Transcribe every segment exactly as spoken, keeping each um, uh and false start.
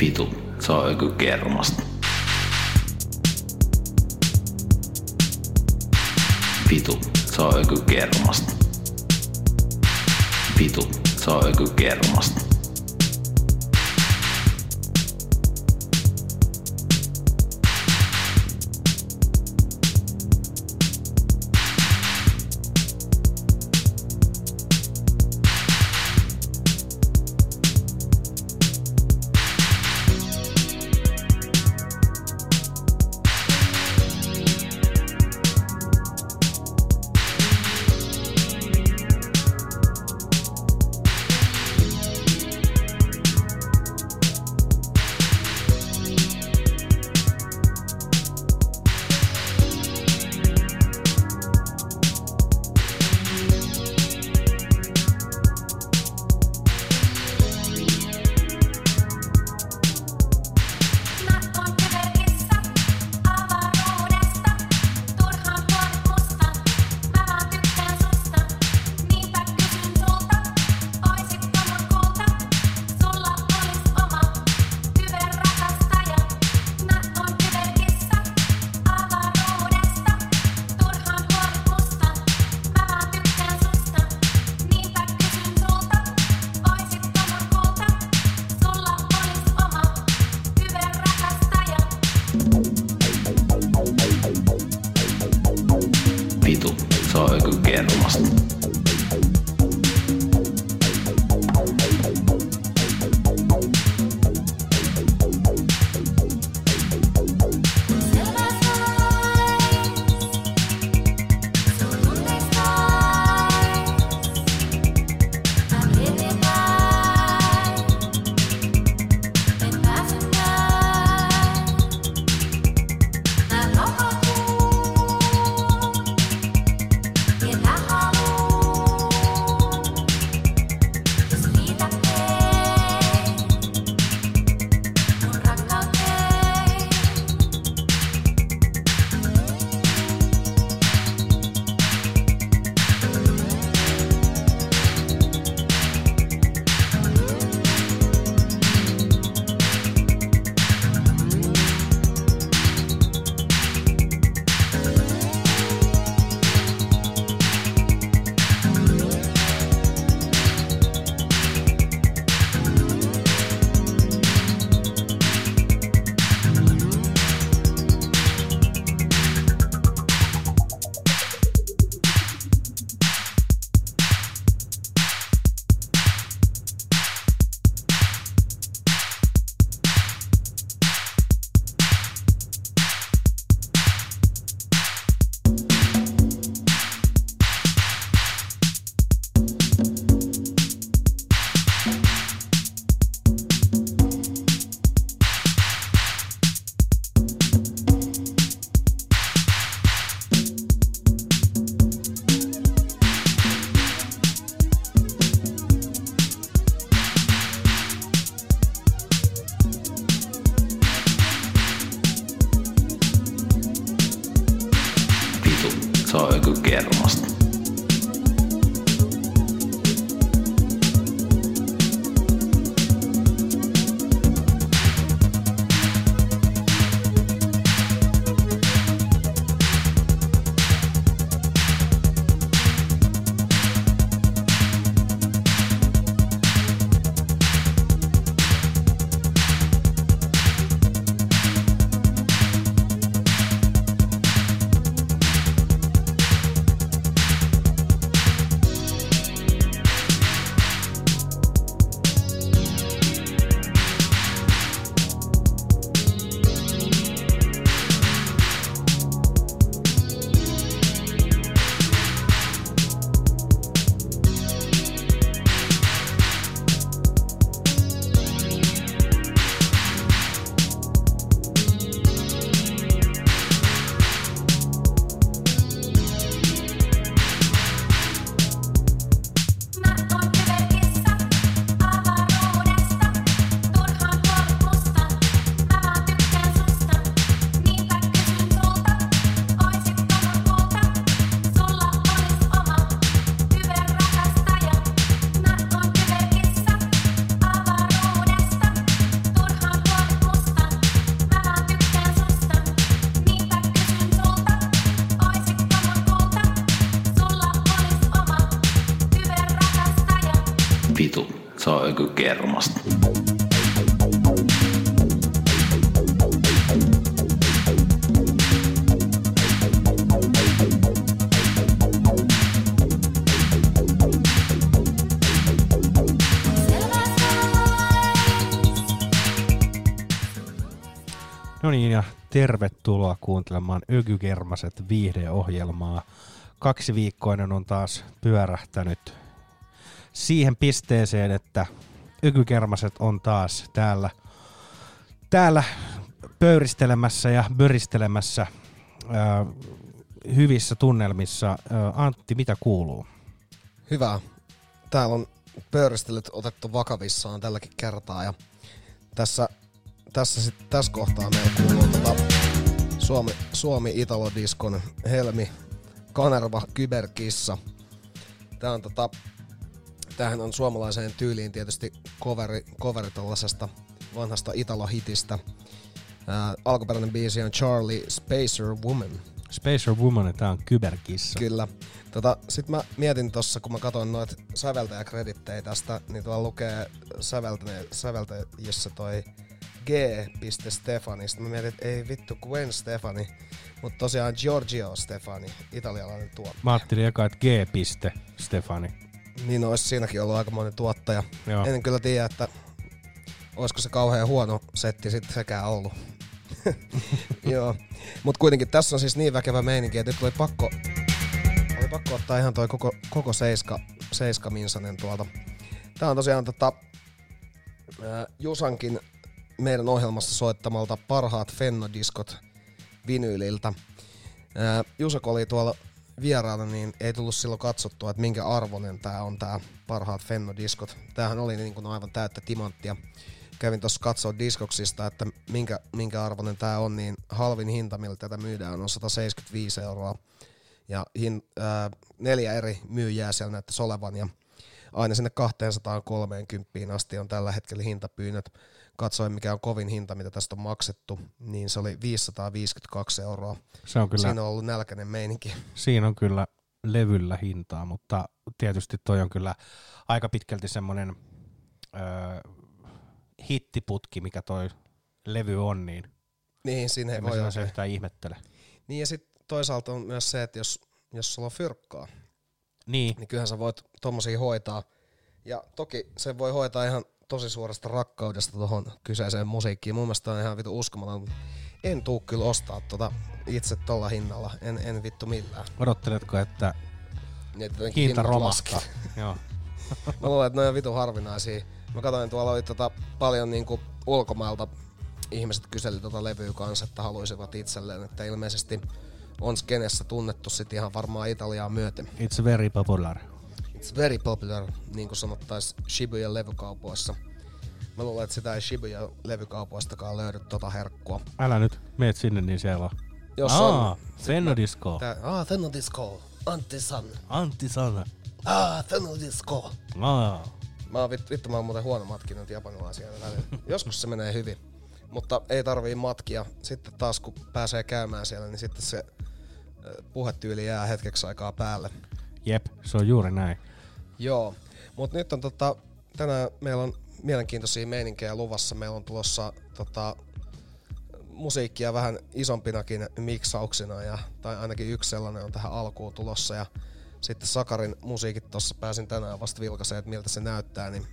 Vitu, se on joku kermasta. Vitu, se on joku kermasta. Vitu, se on joku kermasta. Vitu, se on joku kermasta. Se on joku kermasta. saa joku kermasta. No niin, ja tervetuloa kuuntelemaan Ökykermaset viihdeohjelmaa. Kaksiviikkoinen on taas pyörähtänyt siihen pisteeseen, että Ökykermaset on taas täällä, täällä pöyristelemässä ja böristelemässä ää, hyvissä tunnelmissa. Ää, Antti, mitä kuuluu? Hyvä. Täällä on pöyristelyt otettu vakavissaan tälläkin kertaa ja tässä Tässä, sit, tässä kohtaa meillä kuuluu tota Suomi, Suomi-Italo-diskon Helmi, Kanerva, Kyberkissa. Tää on tota, tämähän on suomalaiseen tyyliin tietysti coveri, coveri tollasesta vanhasta Italo-hitistä. Ää, alkuperäinen biisi on Charlie Spacer Woman. Spacer Woman, tää on Kyberkissa. Kyllä. Tota, sit mä mietin tossa, kun mä katsoin noit säveltäjäkredittejä tästä, niin tuolla lukee säveltäjissä toi G. Stefani. Sitten mä mietin, että ei vittu Gwen Stefani, mutta tosiaan Giorgio Stefani, italialainen tuottaja. Mä ajattelin eka, että G. Stefani. Niin olisi siinäkin ollut aikamoinen tuottaja. Joo. En kyllä tiedä, että olisiko se kauhean huono setti sitten sekään ollut. Joo. Mut kuitenkin tässä on siis niin väkevä meininki, että nyt oli pakko, oli pakko ottaa ihan toi koko, koko seiska, seiska minsanen tuolta. Tää on tosiaan tota, äh, Jusankin meidän ohjelmassa soittamalta parhaat Fenno-diskot vinyyliltä. Ää, Jusak oli tuolla vieraana, niin ei tullut silloin katsottua, että minkä arvoinen tää on tää parhaat Fenno-diskot. Tämähän oli niin kuin aivan täyttä timanttia. Kävin tuossa katsoa diskoksista, että minkä, minkä arvoinen tää on, niin halvin hinta, millä tätä myydään, on sata seitsemänkymmentäviisi euroa. Ja hin, ää, neljä eri myyjää siellä näyttäisi olevan, ja aina sinne kaksisataakolmekymmentä asti on tällä hetkellä hintapyynnöt. Katsoin, mikä on kovin hinta, mitä tästä on maksettu, niin se oli viisisataaviisikymmentäkaksi euroa. Se on kyllä, siinä on ollut nälkäinen meininki. Siinä on kyllä levyllä hintaa, mutta tietysti toi on kyllä aika pitkälti semmoinen öö, hittiputki, mikä toi levy on, niin, niin siinä ei en voi se yhtään ihmettele. Niin ja sitten toisaalta on myös se, että jos, jos sulla on fyrkkaa, niin. niin kyllähän sä voit tommosia hoitaa. Ja toki se voi hoitaa ihan tosi suorasta rakkaudesta tuohon kyseiseen musiikkiin. Mun mielestä on ihan vittu uskomaton. En tuu kyllä ostaa tota itse tolla hinnalla. En, en vittu millään. Odotteletko, että niin, että hinta romahtaa? Joo. Mä luulen, että ne on vitu harvinaisia. Mä katsoin, tuolla oli tota paljon niinku ulkomailta ihmiset kyseli tota levyä kanssa, että haluaisivat itselleen. Että ilmeisesti on skenessä tunnettu sit ihan varmaan Italiaa myöten. It's very popular. It's very popular, niin kuin sanottais Shibuyan levykaupoissa. Mä luulen, että sitä ei Shibuyan levykaupoistakaan löydy tota herkkua. Älä nyt, meet sinne, niin siellä on. Jos Aa, on. Fenno-disko. Tää, aa, Fenno-disko. Antti San. Antti Sana. Aa, Fenno-disko. Aa. Mä oon vittu, vittu mä oon muuten huono matkinut japanilaisia. Joskus se menee hyvin. Mutta ei tarvii matkia. Sitten taas kun pääsee käymään siellä, niin sitten se puhetyyli jää hetkeksi aikaa päälle. Jep, se on juuri näin. Joo, mutta nyt on tota, tänään meillä on mielenkiintoisia meininkejä luvassa. Meillä on tulossa tota, musiikkia vähän isompinakin miksauksina, ja, tai ainakin yksi sellainen on tähän alkuun tulossa. Ja sitten Sakarin musiikit tuossa pääsin tänään vasta vilkaiseen, että miltä se näyttää. Niin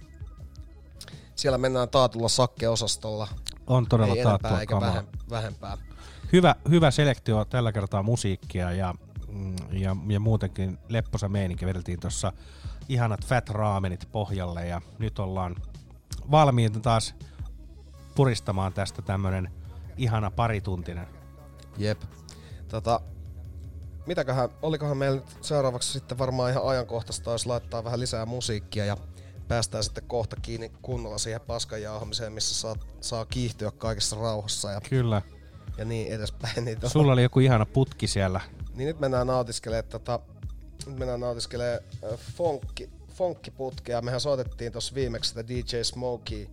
siellä mennään taatulla sakke-osastolla. On todella ei taattua enempää eikä kamaa. vähempää. Hyvä, hyvä selektio tällä kertaa musiikkia ja, ja, ja muutenkin lepposa meininki. Vedeltiin tuossa ihanat fat raamenit pohjalle ja nyt ollaan valmiita taas puristamaan tästä tämmönen ihana parituntinen. Jep. Tota, mitäköhän, olikohan meillä nyt seuraavaksi sitten varmaan ihan ajankohtaista olisi laittaa vähän lisää musiikkia ja päästään sitten kohta kiinni kunnolla siihen paskan jauhamiseen, missä saa, saa kiihtyä kaikessa rauhassa ja, Kyllä. ja niin edespäin. Niin Sulla oli joku ihana putki siellä. Niin nyt mennään nautiskelemaan tota, nyt mennään nautiskelemaan äh, funkki, funkkiputkea. Mehän soitettiin tuossa viimeksi sitä D J Smokey.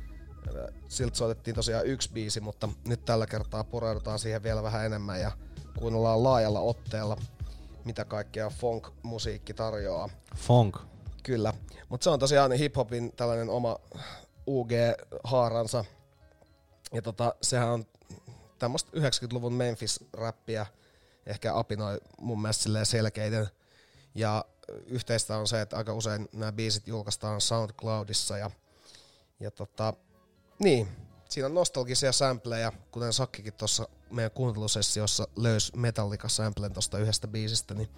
Siltä soitettiin tosiaan yksi biisi, mutta nyt tällä kertaa pureudutaan siihen vielä vähän enemmän ja kuunnellaan laajalla otteella, mitä kaikkea funk-musiikki tarjoaa. Funk. Kyllä, mutta se on tosiaan hip-hopin tällainen oma U G-haaransa. Ja tota, sehän on tämmöistä yhdeksänkymmentäluvun Memphis-räppiä, ehkä apinoi mun mielestä silleen selkeiden. Ja yhteistä on se, että aika usein nämä biisit julkaistaan SoundCloudissa. Ja, ja tota, niin, siinä on nostalgisia sampleja, kuten Sakkikin tuossa meidän kuuntelusessiossa löysi Metallica-samplen tuosta yhdestä biisistä, niin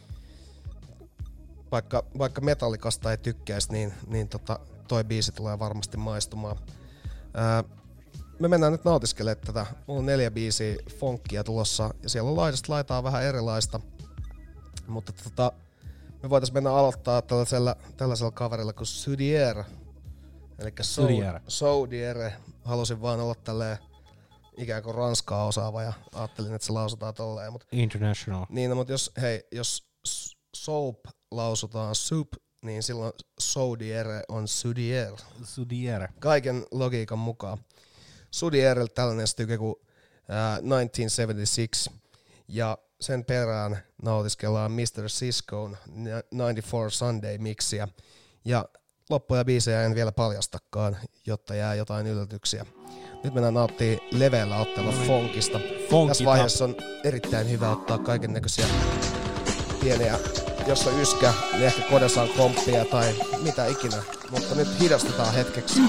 vaikka, vaikka Metallicasta ei tykkäisi, niin, niin tota, toi biisi tulee varmasti maistumaan. Ää, me mennään nyt nautiskelemaan tätä. Mulla on neljä biisiä funkia tulossa, ja siellä on laidasta laitaa vähän erilaista, mutta tota, me voitais mennä aloittaa tällaisella, tällaisella kaverilla kuin Soudiere. Elikkä Soudiere. Soudiere. Halusin vaan olla tälleen ikään kuin ranskaa osaava ja ajattelin, että se lausutaan tolleen. Mut, International. niin, no, mutta jos, hei, jos soap lausutaan soup, niin silloin Soudiere on Soudiere. Soudiere. Kaiken logiikan mukaan. Soudierelle tällainen styke kuin äh, tuhatyhdeksänsataaseitsemänkymmentäkuusi, ja sen perään nautiskellaan mister Cisco'n yhdeksänkymmentäneljä Sunday-mixiä, ja loppuja biisejä en vielä paljastakaan, jotta jää jotain yllätyksiä. Nyt mennään nauttii leveällä otteella funkista. Tässä vaiheessa on erittäin hyvä ottaa kaiken näköisiä pieniä, jos on yskä, niin ehkä kodessa on komppia tai mitä ikinä, mutta nyt hidastetaan hetkeksi.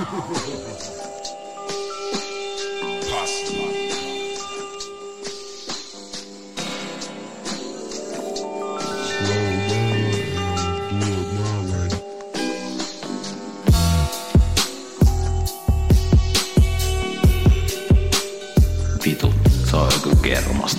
Vitu, se on joku kermasta.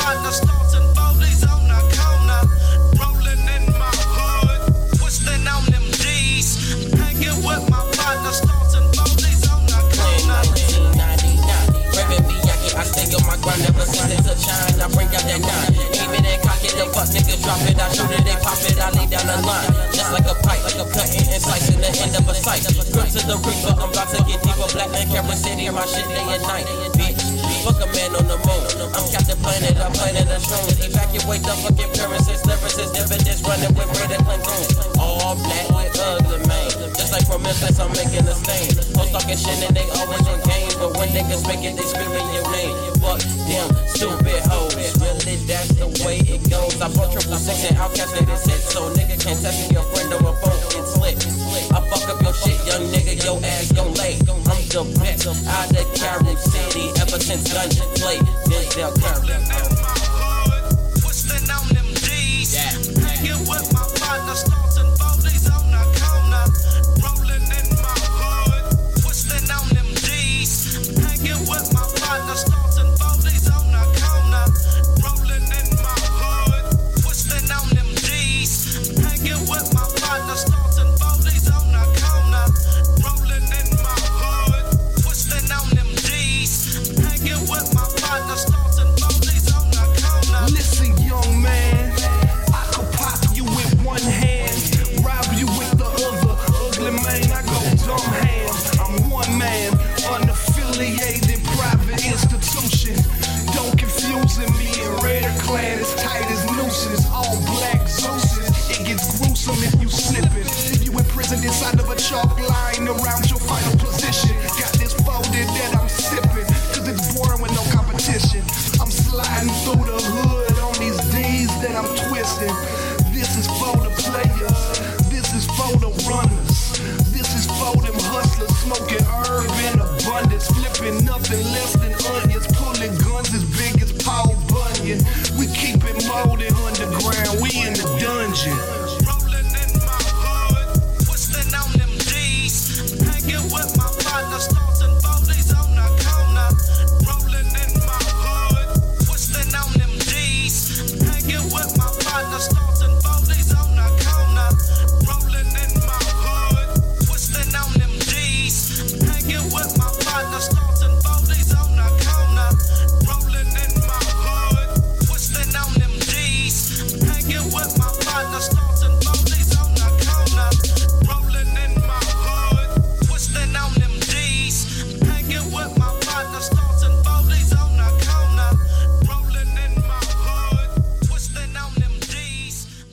partner, starting bodies on the corner. Rolling in my hood, twisting on them D's. Hanging with my partner, starting bodies on the corner. nineteen ninety-nine, Reverend Miyagi, I stay on my grind ever since it's a shine. I bring out that nine, even that cock it, the fuck niggas drop it. I shoot it, they pop it, I lay down the line. Just like a pipe, like a cutting and slicing the end of a sight. Grip to the reaper, I'm about to get deeper. Black and Camera City, my shit day and night. Bitch, fuck a man on the moon. I'm Captain Planet, I'm Planet of Shrooms. Evacuate the fucking premises, lyricists, dividends running with red and Clinton. All black with ugly man. Just like from Memphis, I'm making a stain. Hoes talking shit and they always on game. But when niggas make it, they screaming your name. Fuck them stupid hoes. Really, that's the way it goes. I bought triple six and outcast it is hit. So nigga can't touch me, your friend on my phone get slick. I fuck up your shit, young nigga, your ass gon' lay. I'm the best out of Carol City ever since Dungeon Play. Denzel Curry. Twisting on them D's. Hanging with my partner, starting bodies on the corner. Rolling in my hood, twisting on them D's. Hanging with my partner, starting bodies on the corner. Rolling in my hood, twisting on them D's. Hanging with my partner, starting bodies on the corner. Rolling in my hood, twisting on them D's. Hanging with my partner, starting bodies on the corner. Listen, young man, I could pop you with one hand, rob you with the other. Ugly man, I go dumb hand. I'm one man, unaffiliated private institution. Don't confuse me, Raider clan as tight as nooses. All black Zeus's, it gets gruesome if you slip it. If you imprisoned inside of a chalk line around your final position. Got this folded that I'm sipping, cause it's boring with no competition. I'm sliding through the hood on these D's that I'm twisting. This is for the players, this is for the runners. This is for them hustlers, smoking herb in abundance. Flipping nothing less than onions, pulling guns as big as Paul Bunyan. We keep it molded underground, we in the dungeon. Rolling in my hood, twisting on them D's. Hanging with my partner, starting bodies on the corner. Rolling in my hood, twisting on them D's. Hanging with my partner, starting bodies on the corner. Rolling in my hood, twisting on them D's. Hanging with my partner, starting bodies on the corner. Rolling in my hood, twisting on them D's. Hanging with my partner, starting bodies on the corner. Rolling in my hood, twisting on them D's. Hanging with my partner, starting bodies on the corner. Rolling in my hood, twisting on them D's.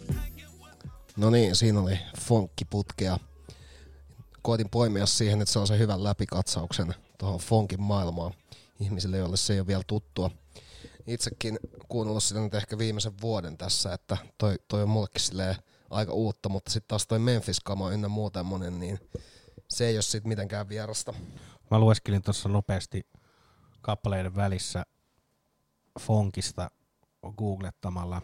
No niin, siinä oli funkkiputkea. Koitin poimia siihen, että se on se hyvän läpikatsauksen tuohon funkin maailmaan ihmisille, joille se ei ole vielä tuttua. Itsekin kuunnellut sitä nyt ehkä viimeisen vuoden tässä, että toi, toi on mullekin silleen aika uutta, mutta sitten taas toi Memphis-kama ynnä muu tämmönen, niin se ei ole sit mitenkään vierasta. Mä lueskelin tuossa nopeasti kappaleiden välissä funkista googlettamalla.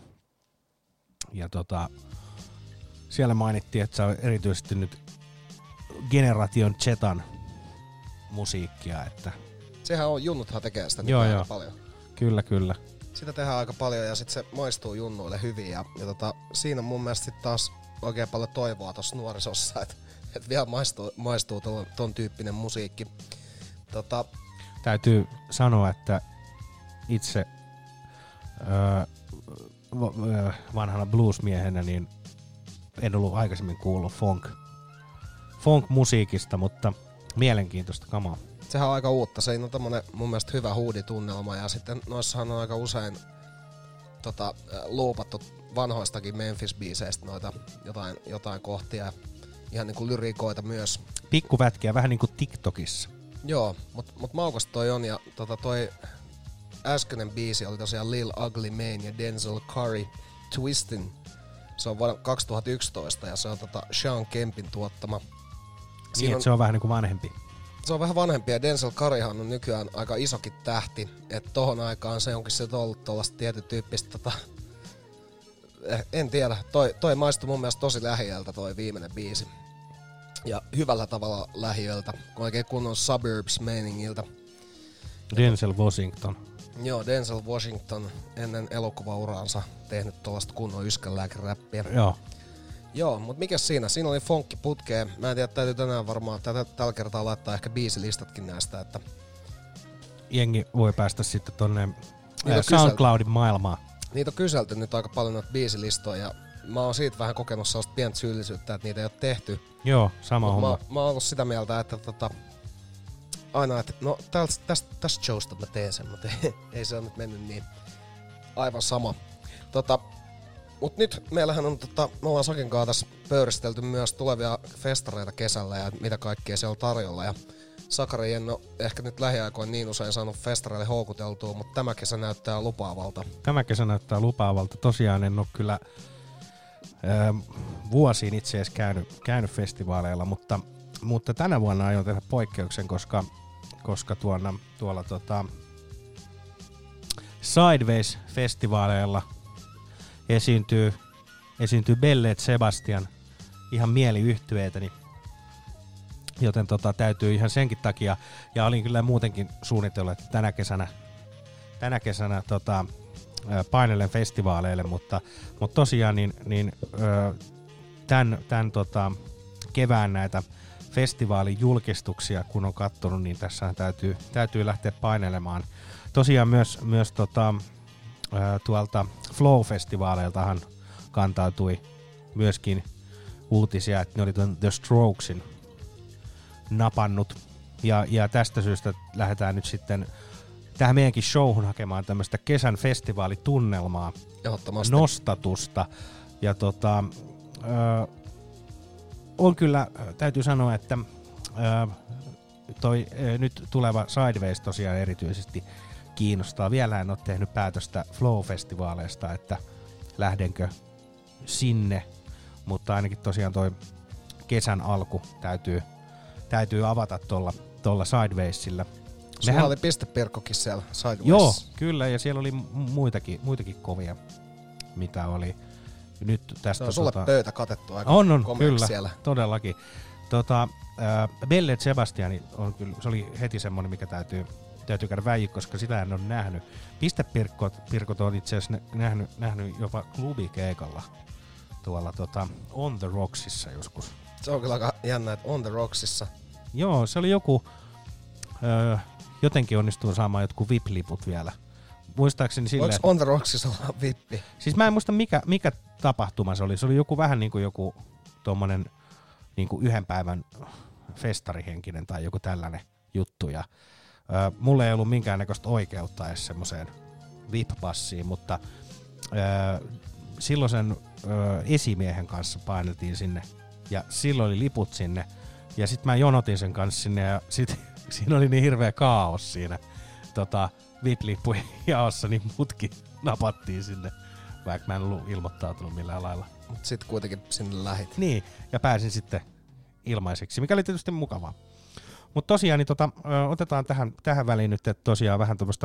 Ja tota, siellä mainittiin, että se on erityisesti nyt Generation Zetan musiikkia. Että Sehän on, junnuthan tekee sitä joo, aika joo. paljon. Kyllä, kyllä. Sitä tehdään aika paljon ja sitten se maistuu junnuille hyvin. Ja, ja tota, siinä mun mielestä sit taas oikein paljon toivoa tuossa nuorisossa, että et vielä maistuu, maistuu ton, ton tyyppinen musiikki. Tota, Täytyy sanoa, että itse öö, vanhana bluesmiehenä niin en ollut aikaisemmin kuullut funk, funk-musiikista, mutta mielenkiintoista kamaa. Sehän on aika uutta. Se on tommonen mun mielestä hyvä huuditunnelma ja sitten noissahan on aika usein tota, loopattu vanhoistakin Memphis-biiseistä noita jotain, jotain kohtia. Ihan niinku lyrikoita myös. Pikkuvätkiä, vähän niinku TikTokissa. Joo, mut, mut maukas toi on ja tota toi äskeinen biisi oli tosiaan Lil Ugly Mane ja Denzel Curry Twistin. Se on vuonna kaksituhattayksitoista ja se on tota Sean Kempin tuottama. Niin, on, se on vähän niinku vanhempi. Se on vähän vanhempi ja Denzel Curryhan on nykyään aika isokin tähti. Että tohon aikaan se onkin se ollut tollaista tietyn tyyppistä tota... En tiedä, toi, toi maistui mun mielestä tosi lähiöltä toi viimeinen biisi. Ja hyvällä tavalla lähiöltä, oikein kunnon suburbs-meiningiltä. Denzel Washington. Joo, Denzel Washington ennen elokuvauraansa tehnyt tuollaista kunnon yskänlääkäräppiä. Joo. Joo, mut mikäs siinä? Siinä oli funkki putkeen. Mä en tiedä, täytyy tänään varmaan tätä, tällä kertaa laittaa ehkä biisilistatkin näistä, että Jengi voi päästä sitten tonne Niitä ää, SoundCloudin maailmaan. niitä on kyselty nyt aika paljon noita biisilistoja ja mä oon siitä vähän kokenut sellaista pientä syyllisyyttä, että niitä ei ole tehty. Joo, sama Mut homma. Mä, mä oon ollut sitä mieltä, että tota, aina, että no tästä, tästä, tästä showsta mä teen sen, mutta ei, ei se ole nyt mennyt niin aivan sama. Tota, mut nyt meillähän on, tota, me ollaan Sakin kanssa tässä pöyristelty myös tulevia festareita kesällä ja mitä kaikkea siellä on tarjolla. Ja Sakari en ole ehkä nyt lähiaikoin niin usein saanut festareille houkuteltua, mutta tämä kesä näyttää lupaavalta. Tämä kesä näyttää lupaavalta. Tosiaan en ole kyllä ää, vuosiin itse asiassa käynyt, käynyt festivaaleilla, mutta, mutta tänä vuonna aion tehdä poikkeuksen, koska, koska tuona, tuolla tota Sideways-festivaaleilla esiintyy, esiintyy Belle et Sebastian, ihan mieliyhtyeetäni. Joten tota, täytyy ihan senkin takia, ja olin kyllä muutenkin suunnitellut, että tänä kesänä, tänä kesänä tota, painelen festivaaleille, mutta, mutta tosiaan niin, niin, tämän, tämän tota, kevään näitä festivaalijulkistuksia, kun on katsonut, niin tässä täytyy, täytyy lähteä painelemaan. Tosiaan myös, myös tota, tuolta Flow-festivaaleiltahan kantautui myöskin uutisia, että ne oli tuon The Strokesin napannut. Ja, ja tästä syystä lähdetään nyt sitten tähän meidänkin showhun hakemaan tämmöistä kesän festivaalitunnelmaa, nostatusta. Ja tota, ö, on kyllä, täytyy sanoa, että ö, toi ö, nyt tuleva Sideways tosiaan erityisesti kiinnostaa. Vielä en ole tehnyt päätöstä Flow-festivaaleista, että lähdenkö sinne, mutta ainakin tosiaan toi kesän alku täytyy täytyy avata tuolla tolla Sidewaysilla. Sulla Mehän... oli pistepirkkokin siellä Sideways. Joo, kyllä, ja siellä oli muitakin, muitakin kovia, mitä oli nyt tästä. Se on sulle tota... pöytä katettu aika on, on, komeaksi kyllä, siellä. Todellakin. Tota, äh, Belle et Sebastiani on kyllä, se oli heti semmonen, mikä täytyy, täytyy käydä väijy, koska sitä en ole nähnyt. Pistepirkkot pirkot on itse asiassa nähnyt, nähnyt jopa klubikeikalla tuolla tota, On the Rocksissa joskus. Se on kyllä aika jännä, että On the Rocksissa. Joo, se oli joku, öö, jotenkin onnistunut saamaan jotkut V I P-liput vielä. Muistaakseni silleen... Voiko On the Rocksissa olla vippi? Siis mä en muista mikä, mikä tapahtuma se oli. Se oli joku vähän niinku joku tommonen niinku yhden päivän festarihenkinen tai joku tällainen juttu. Ja, öö, mulla ei ollut minkäännäköistä oikeutta edes semmoseen V I P-passiin, mutta öö, silloisen öö, esimiehen kanssa paineltiin sinne ja silloin oli liput sinne. Ja sit mä jonotin sen kanssa sinne ja sit siinä oli niin hirveä kaos siinä tota, V I P-lippujen jaossa, niin mutkin napattiin sinne, vaikka mä en ollut ilmoittautunut millään lailla. Mut sit kuitenkin sinne lähit. Niin, ja pääsin sitten ilmaiseksi, mikä oli tietysti mukavaa. Mut tosiaan, niin tota, otetaan tähän, tähän väliin nyt, että tosiaan vähän tuommoista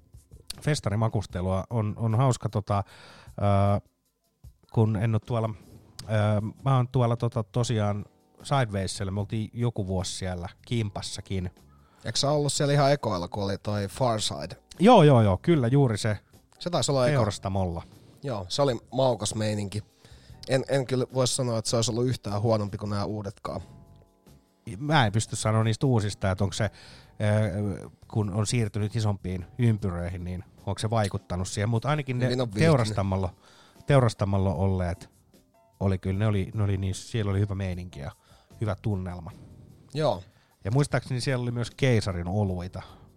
festarimakustelua. On, on hauska, tota, äh, kun en oo tuolla, äh, mä oon tuolla tota, tosiaan Sidewaysilla, me oltiin joku vuosi siellä kimpassakin. Eikö sä ollut siellä ihan ekoilla, kun oli toi Farside? Joo, joo, joo, kyllä juuri se. Se taisi olla eka. Teurastamolla. Joo, se oli maukas meininki. En, en kyllä voisi sanoa, että se olisi ollut yhtään huonompi kuin nämä uudetkaan. Mä en pysty sanoa niistä uusista, että onko se, kun on siirtynyt isompiin ympyröihin, niin onko se vaikuttanut siihen, mutta ainakin ne teurastamolla, teurastamolla olleet oli kyllä, ne oli, ne oli niin, siellä oli hyvä meininki ja hyvä tunnelma. Joo. Ja muistaakseni siellä oli myös keisarin oluita.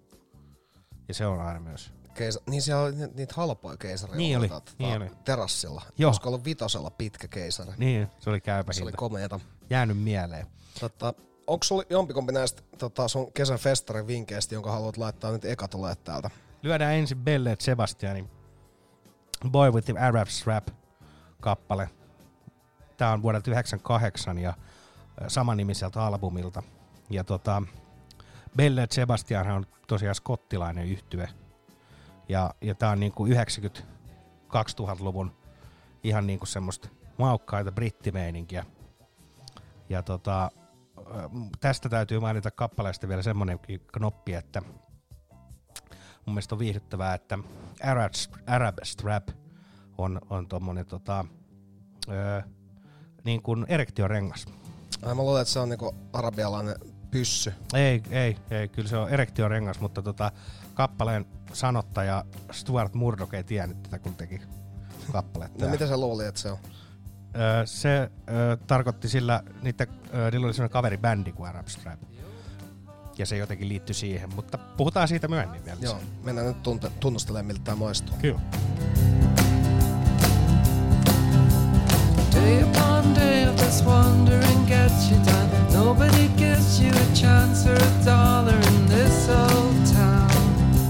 Ja se on aina myös. Keisa- niin siellä oli niitä halpoja keisaria niin oli, tota, niin oli. Terassilla. Joo. Olisiko ollut vitosella pitkä keisari? Niin, se oli käypä Se hinta. oli komeeta. Jäänyt mieleen. Tota, onko sulla jompikompi näistä tota, sun kesän festarin vinkkeistä, jonka haluat laittaa nyt eka tulee täältä? Lyödään ensin Belle et Sebastianin Boy with the Arab Strap kappale. Tää on vuodelta yhdeksänkymmentäkahdeksan ja samanimiseltä albumilta. Ja tota, Belle et Sebastian on tosiaan skottilainen yhtye. Ja, ja tää on niinku yhdeksänkymmentä-kaksituhattaluvun ihan niinku semmoista maukkaita brittimeininkiä. Ja tota, tästä täytyy mainita kappaleesta vielä semmonen knoppi, että mun mielestä on viihdyttävää, että Arab, Arab Strap on, on tommonen tota, öö, niin kuin erektiorengas. Ai mä luulen, että se on niinku arabialainen pyssy. Ei, ei, ei, kyllä se on erektiorengas, mutta tota, kappaleen sanottaja Stuart Murdoch ei tiennyt tätä, kun teki kappaletta. No mitä sä luuli, että se on? Öö, se öö, tarkoitti sillä, niitä, öö, niillä oli sellainen kaveribändi kuin Arab Strap. Ja se jotenkin liittyi siihen, mutta puhutaan siitä myöhemmin vielä. Joo, mennään nyt tunte- tunnustelemaan, miltä tää maistuu. Kyllä. Day upon day of this wandering gets you done. Nobody gives you a chance or a dollar in this old town.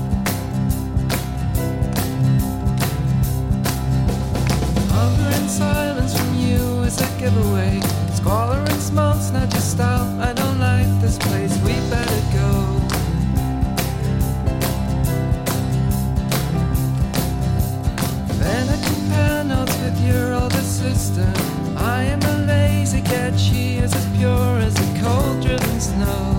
Hunger and silence from you is a giveaway. Squalor and smells, now just stop. I don't like this place, we better go. Then I compare notes with your older sister. I am a lazy cat, she is as pure as a cold driven snow.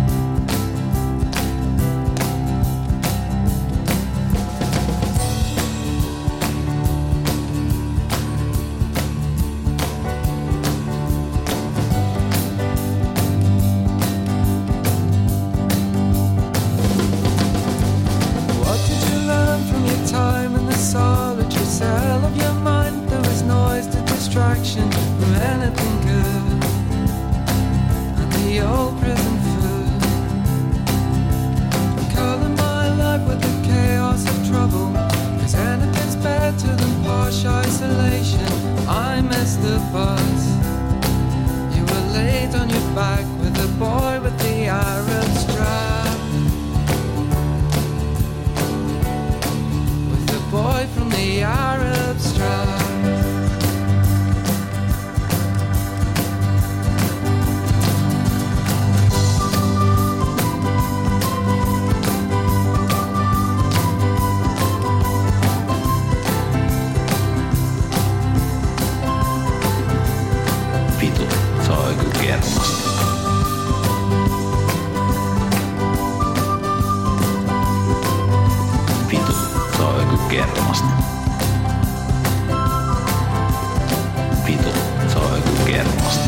What did you learn from your time in the solitary cell of your mind? There was noise to distraction from anything good, and the old prison food. Color my life with the chaos of trouble, cause anything's better than posh isolation. I missed the bus. You were laid on your back with a boy with the Arab strap, with the boy from the Arab strap. Vitu, soi kyllä kermasta. Vitu, soi kyllä kermasta. Vitu, soi kyllä kermasta.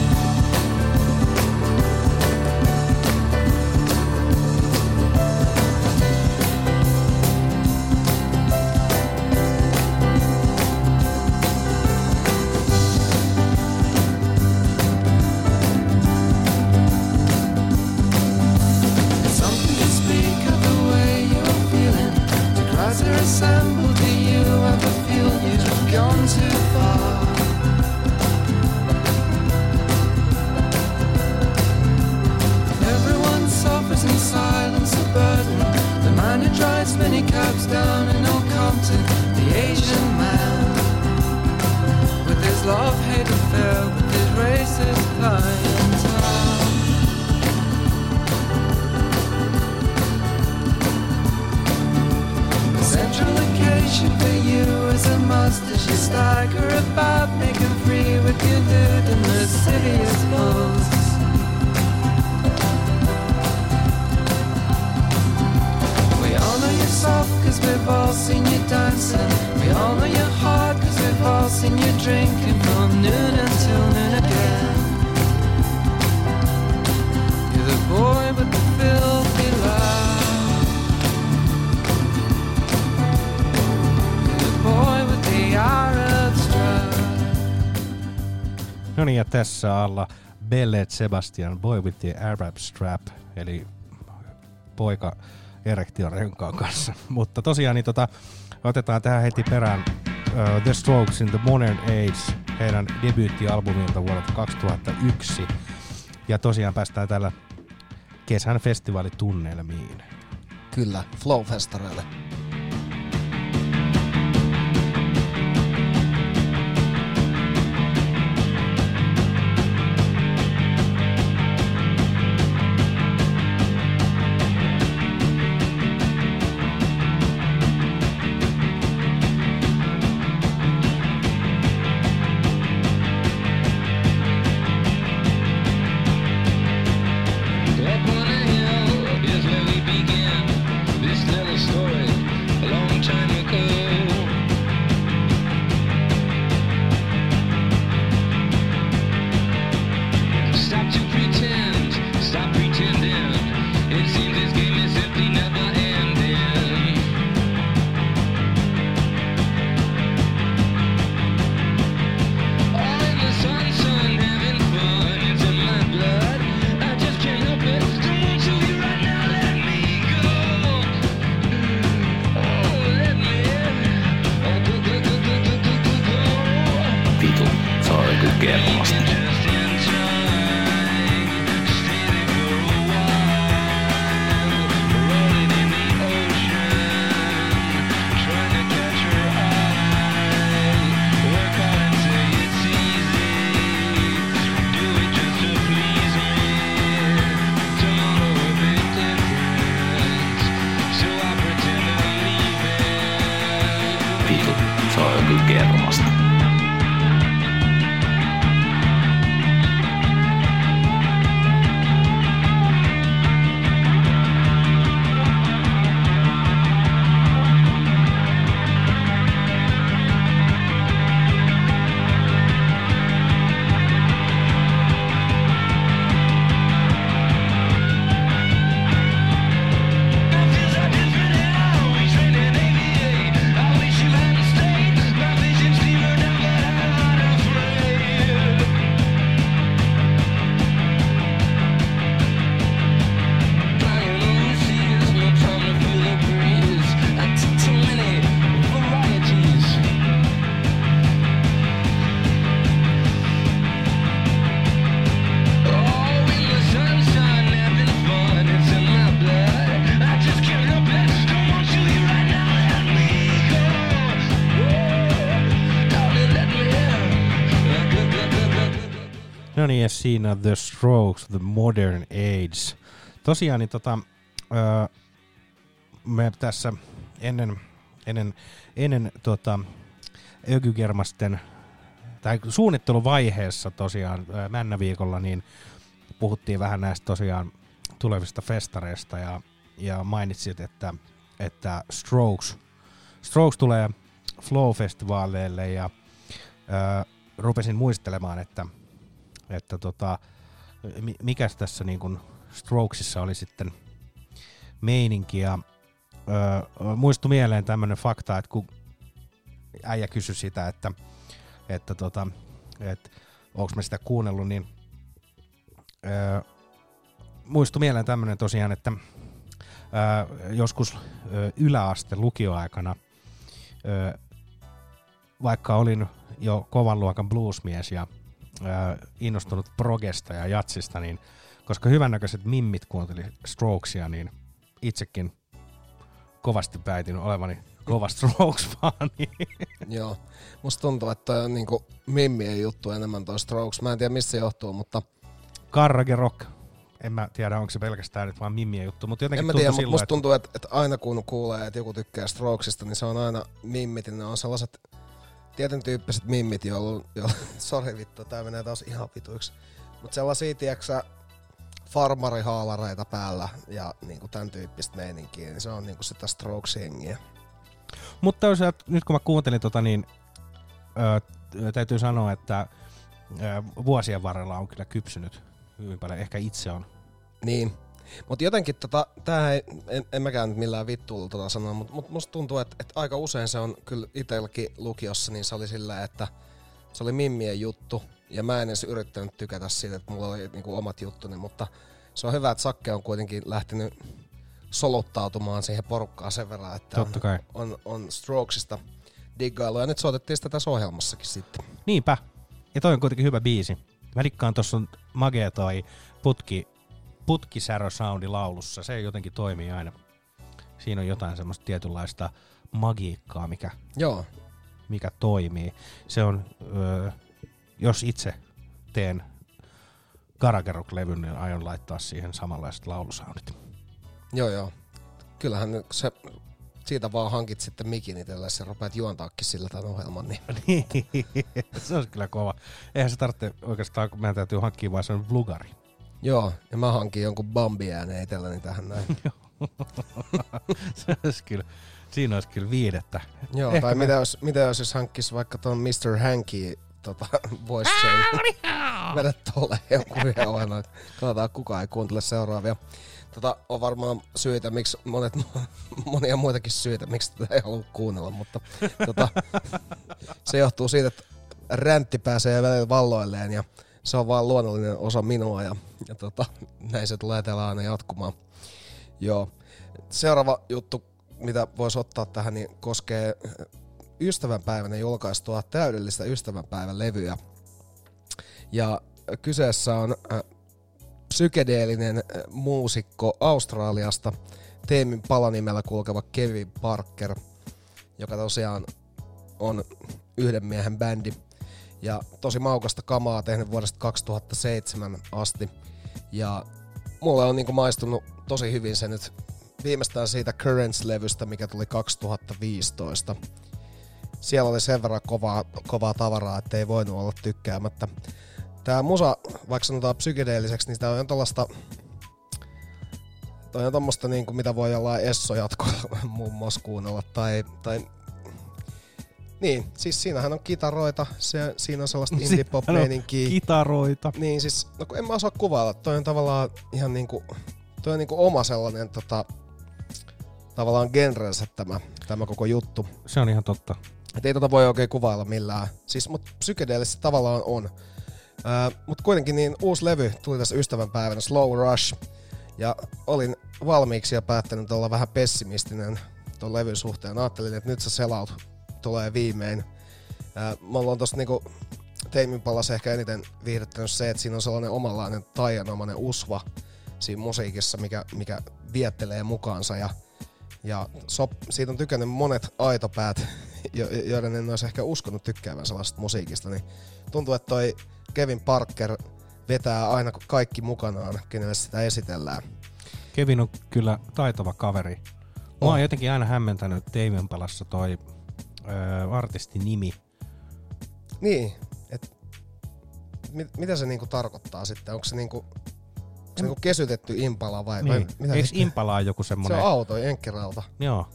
It's something to speak of the way you're feeling. The crowds are assembled. Do you ever feel you've gone too far? Everyone suffers in silence, a burden. The man who drives many cabs down in Old Compton, the Asian man, with his love-hate affair with his racist clientele. Central location for you is a must as you stagger about, making free with your dude in the lascivious pose. We all know you're soft cause we've all seen you dancing. We all know you're hard cause we've all seen you drinking from noon until noon again. You're the boy with the filthy laugh, the boy with the Arab strap. No niin, ja tässä alla Bellet Sebastian, Boy with the Arab Strap, eli poika erektion renkaan kanssa. Mutta tosiaan niin tota, otetaan tähän heti perään uh, The Strokes in the Modern Age, heidän debyyttialbumilta vuodelta kaksituhattayksi. Ja tosiaan päästään tällä kesän festivaalitunnelmiin. Kyllä, Flow-festareille. Up on a hill is where we begin this little story. kermasta. Vitut, se on kyllä kermasta. No niin, ja siinä The Strokes, The Modern Age. Tosiaan, niin tota, öö, me tässä ennen, ennen, ennen tota, Ökygermasten, tai suunnitteluvaiheessa tosiaan öö, Männäviikolla, niin puhuttiin vähän näistä tosiaan tulevista festareista, ja, ja mainitsit, että, että Strokes, Strokes tulee Flow-festivaaleille, ja öö, rupesin muistelemaan, että että tota, mikäs tässä niin kuin Strokesissa oli sitten meininki, ja öö, muistui mieleen tämmönen fakta, että kun äijä kysyi sitä, että, että tota, et, onks mä sitä kuunnellut, niin öö, muistui mieleen tämmönen tosiaan, että öö, joskus öö, yläaste lukioaikana, öö, vaikka olin jo kovan luokan bluesmies ja innostunut progesta ja jatsista, niin koska hyvännäköiset mimmit kuunteli Strokesia, niin itsekin kovasti päätin olevani kova Strokes-fani. Joo, musta tuntuu, että toi on niinku mimmien juttu enemmän toi Strokes. Mä en tiedä, missä se johtuu, mutta Karrage Rock. En mä tiedä, onko se pelkästään nyt vaan mimmien juttu, mutta jotenkin en mä tuntuu tiedä, silloin, musta että tuntuu, että, että aina kun kuulee, että joku tykkää Strokesista, niin se on aina mimmit, ne on sellaiset tietyn tyyppiset mimmit, joilla, joilla sori vittu, tää menee taas ihan vituiksi, mut sellaisia, tiiäksä, farmarihaalareita päällä ja niinku tän tyyppistä meininkiä, niin se on niinku sitä Strokes-hengiä. Mutta jos, nyt kun mä kuuntelin tota, niin ö, täytyy sanoa, että ö, vuosien varrella on kyllä kypsynyt hyvin paljon. Ehkä itse on. Niin. Mutta jotenkin tota, tää ei, en, en mäkään nyt millään vittuilla tota sanoa, mutta mut musta tuntuu, että et aika usein se on kyllä itselläkin lukiossa, niin se oli silleen, että se oli mimmien juttu. Ja mä en edes yrittänyt tykätä siitä, että mulla oli niinku omat juttuni, mutta se on hyvä, että Sakke on kuitenkin lähtenyt soluttautumaan siihen porukkaan sen verran, että Totta kai. on, on, on Strokesista diggailua. Ja nyt soitettiin sitä tässä ohjelmassakin sitten. Niinpä. Ja toi on kuitenkin hyvä biisi. Mä rikkaan tossa on magea toi putki, putkisärö-soundi laulussa. Se jotenkin toimii aina. Siinä on jotain semmoista tietynlaista magiikkaa, mikä, Joo. mikä toimii. Se on, öö, jos itse teen Garage Rock-levyn, niin aion laittaa siihen samanlaiset laulusoundit. Joo, joo. Kyllähän se, siitä vaan hankit sitten mikin itsellesi ja rupeat juontaakin sillä tämän ohjelman. Niin. Se on kyllä kova. Eihän se tarvitse oikeastaan, kun meidän täytyy hankkia vaan sen vlugari. Joo, ja mä hankin jonkun Bambi-ääneen itselläni tähän näin. Se olisi kyllä, siinä olisi kyllä viidettä. Joo, Ehkä tai me... mitä jos, mitä jos, jos hankkis vaikka ton mister Hanky tota, voice chain. Vedä tolle jonkun yhden ohjelman. Katsotaan, kukaan ei kuuntele seuraavia. Tota, on varmaan syitä, miksi monet, monia muitakin syitä, miksi tätä ei halua kuunnella, mutta tota, se johtuu siitä, että räntti pääsee välillä valloilleen ja se on vaan luonnollinen osa minua ja, ja tota, näin se tulee täällä aina jatkumaan. Joo. Seuraava juttu, mitä voisi ottaa tähän, niin koskee ystävänpäivänä julkaistua täydellistä ystävänpäivän levyä. Ja kyseessä on äh, psykedeellinen äh, muusikko Australiasta, Tame Impala nimellä kulkeva Kevin Parker, joka tosiaan on yhden miehen bändi. Ja tosi maukasta kamaa tehnyt vuodesta kaksituhattaseitsemän asti. Ja mulle on niinku maistunut tosi hyvin se nyt viimeistään siitä Currents-levystä, mikä tuli kaksituhattaviisitoista. Siellä oli sen verran kovaa, kovaa tavaraa, ettei voinut olla tykkäämättä. Tää musa, vaikka sanotaan psykedeelliseksi, niin tää on tollaista... Toi on tommoista niinku, mitä voi jollain Esso-jatkoilla muun muassa kuunnella. Tai, tai... Niin, siis siinähän on kitaroita, se, siinä on sellaista indie-pop-meininkiä. Kitaroita. Niin siis, no kun en mä osaa kuvailla, toi on tavallaan ihan niinku... Toi on niinku oma sellainen tota... Tavallaan genrensä tämä, tämä koko juttu. Se on ihan totta. Et ei tota voi oikein kuvailla millään. Siis, mut psykedeellistä tavallaan on. Ää, mut kuitenkin niin uusi levy tuli tässä ystävänpäivänä, Slow Rush. Ja olin valmiiksi ja päättänyt olla vähän pessimistinen ton levyn suhteen. Ajattelin, että nyt se sellout tulee viimein. Ää, mulla on tossa niinku Tame Impalassa ehkä eniten viihdyttänyt se, että siinä on sellainen omanlainen taianomainen usva siinä musiikissa, mikä, mikä viettelee mukaansa. Ja Ja sop, siitä on tykännyt monet aitopäät, joiden en olisi ehkä uskonut tykkäävän sellaisesta musiikista. Niin tuntuu, että toi Kevin Parker vetää aina kaikki mukanaan, kenelle sitä esitellään. Kevin on kyllä taitava kaveri. Mua on jotenkin aina hämmentänyt Tame Impalassa toi ö, artistin nimi. Niin, että mit, mitä se niinku tarkoittaa sitten? Onko se niinku... Onko se niinku kesytetty Impala vai? Niin. vai mitä Eikö sitten? Impala on joku semmonen... Se on auto, enkkirauta. Joo.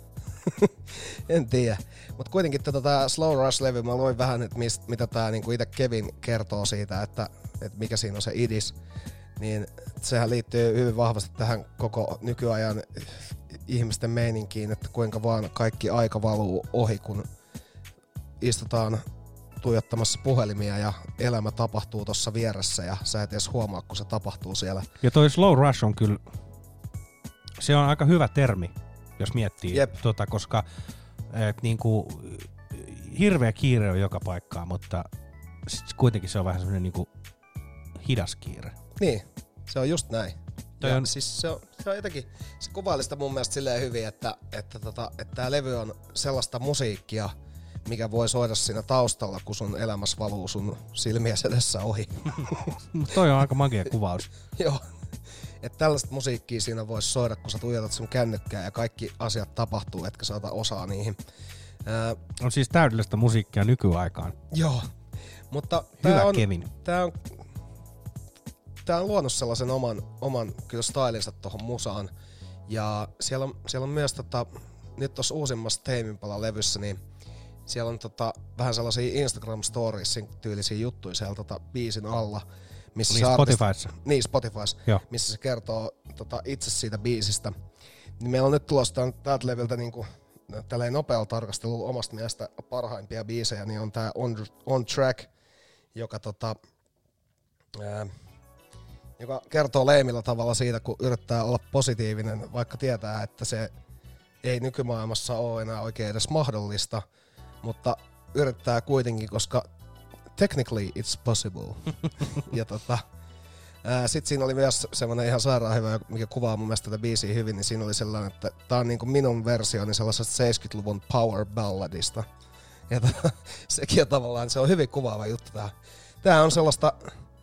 En tiedä. Mutta kuitenkin tätä tää Slow Rush-levy, mä luin vähän, että mist, mitä tää niinku itse Kevin kertoo siitä, että, että mikä siinä on se idis. Niin sehän liittyy hyvin vahvasti tähän koko nykyajan ihmisten meininkiin, että kuinka vaan kaikki aika valuu ohi, kun istutaan tuijottamassa puhelimia ja elämä tapahtuu tuossa vieressä ja sä et edes huomaa, kun se tapahtuu siellä. Ja toi Slow Rush on kyllä, se on aika hyvä termi, jos miettii, Jep. tota, koska et, niinku, hirveä kiire on joka paikkaan, mutta sit kuitenkin se on vähän semmoinen niinku, hidas kiire. Niin, se on just näin. Toi Ja on- siis se on, se on jotenkin, se kuvaili sitä mun mielestä silleen hyvin, että, että, tota, että tää levy on sellaista musiikkia, mikä voi soida siinä taustalla, kun sun elämässä valuu sun silmiä edessä ohi. Mut toi on aika magia kuvaus. Joo. Että tällaista musiikkia siinä voisi soida, kun sä tuijotat sun kännykkää ja kaikki asiat tapahtuu, etkä sä ota osaa niihin. Ää, On siis täydellistä musiikkia nykyaikaan. joo. Mutta Hyvä tää on, Kevin. tää on, tää on luonut sellaisen oman, oman kyllä stylinsa tohon musaan. Ja siellä on, siellä on myös tota, nyt tossa uusimmassa Tame Impala levyssä, niin siellä on tota, vähän sellaisia Instagram Storiesin tyylisiä juttuja siellä tota, biisin alla. Missä Niin se artisti- Spotifyssa. Niin, Spotifys, Joo. missä se kertoo tota, itse siitä biisistä. Niin meillä on nyt tulossa tämän, tältä leviltä niinku, tälleen nopealla tarkastelulla omasta mielestä parhaimpia biisejä, niin on tää On, On Track, joka, tota, ää, joka kertoo leimillä tavalla siitä, kun yrittää olla positiivinen, vaikka tietää, että se ei nykymaailmassa ole enää oikein edes mahdollista, mutta yrittää kuitenkin, koska technically it's possible. Ja tota, ää, sit siinä oli myös semmonen ihan sairaan hyvä, mikä kuvaa mun mielestä tätä biisiä hyvin, niin siinä oli sellainen, että tää on niinku minun versioni sellaisesta seitsemänkymmentäluvun power balladista. Ja tota, sekin on tavallaan, se on hyvin kuvaava juttu tää. Tää on sellaista,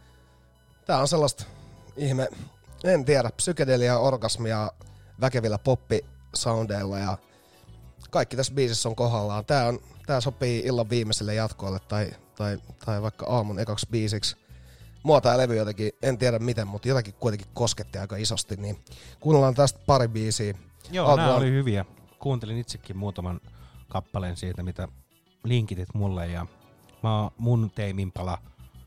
tää on sellaista ihme, en tiedä, psykedelia, orgasmia, väkevillä poppisoundeilla ja kaikki tässä biisissä on kohdallaan. Tää, on, tää sopii illan viimeiselle jatkoille tai, tai, tai vaikka aamun ekaksi biisiksi. Mua tää levy jotenkin, en tiedä miten, mutta jotakin kuitenkin kosketti aika isosti, niin kuunnellaan tästä pari biisiä. Joo, Oot nämä vaan- oli hyviä. Kuuntelin itsekin muutaman kappaleen siitä, mitä linkitit mulle. Ja mä oon mun Tame Impala,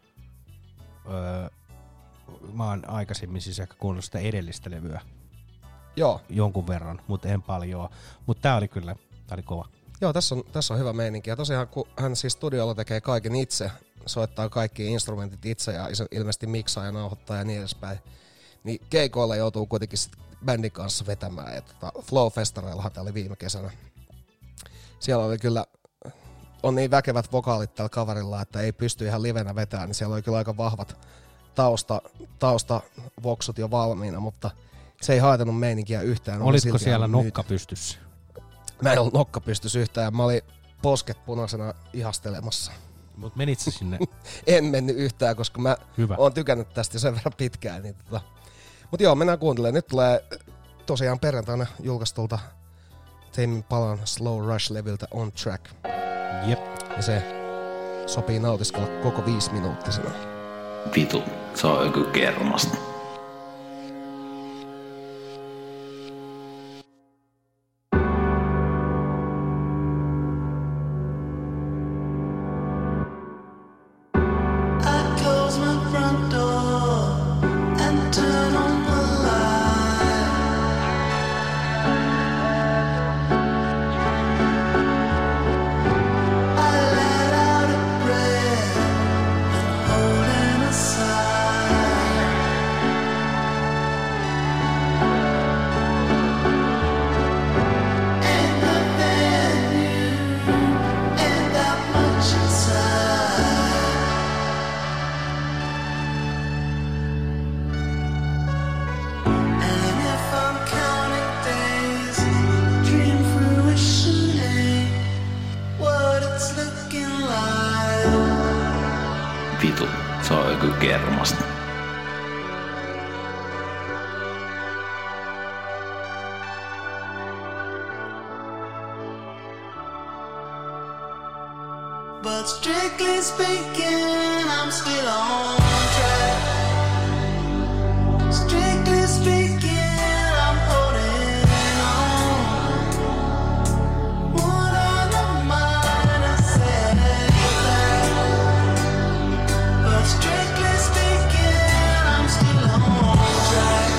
öö, mä oon aikaisemmin siis ehkä kuunnellut sitä edellistä levyä Joo, jonkun verran, mutta en paljon. Mutta tää oli kyllä, tää oli kova. joo tässä, on, tässä on hyvä meininki. Ja tosiaan kun hän siis studiolla tekee kaiken itse, soittaa kaikki instrumentit itse ja iso- ilmeisesti miksaa ja nauhoittaa ja niin edespäin, niin keikoilla joutuu kuitenkin sit bändin kanssa vetämään. Ja tota, Flow-festareillahan tää oli viime kesänä. Siellä oli kyllä on niin väkevät vokaalit tällä kaverilla, että ei pysty ihan livenä vetämään, niin siellä oli kyllä aika vahvat tausta, taustavoksut jo valmiina, mutta se ei haitannut meininkiä yhtään. Olitko siellä nokka pystyssä? Mä en ollut nokka pystyssä yhtään ja mä olin posket punaisena ihastelemassa. Mut menit sä sinne? En mennyt yhtään, koska mä Hyvä. oon tykännyt tästä jo sen verran pitkään. Niin tota. Mut joo, mennään kuuntelemaan. Nyt tulee tosiaan perjantaina julkaistulta Tame Impalan Slow Rush-leviltä On Track. Jep. Ja se sopii nautiskella koko viisi minuuttisena. Vitu, se on joku kermasta. Vitu, se on joku kermasta. But strictly speaking, I'm still on track. Strictly speaking, I'm holding on. What on the mind I said that. But strictly speaking, I'm still on track.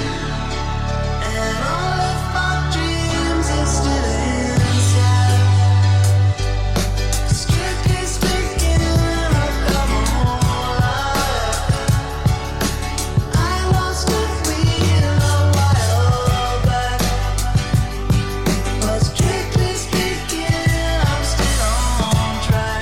And all of my dreams are still inside. Strictly speaking, I've got my whole life. I lost the wheel a while back. But strictly speaking, I'm still on track.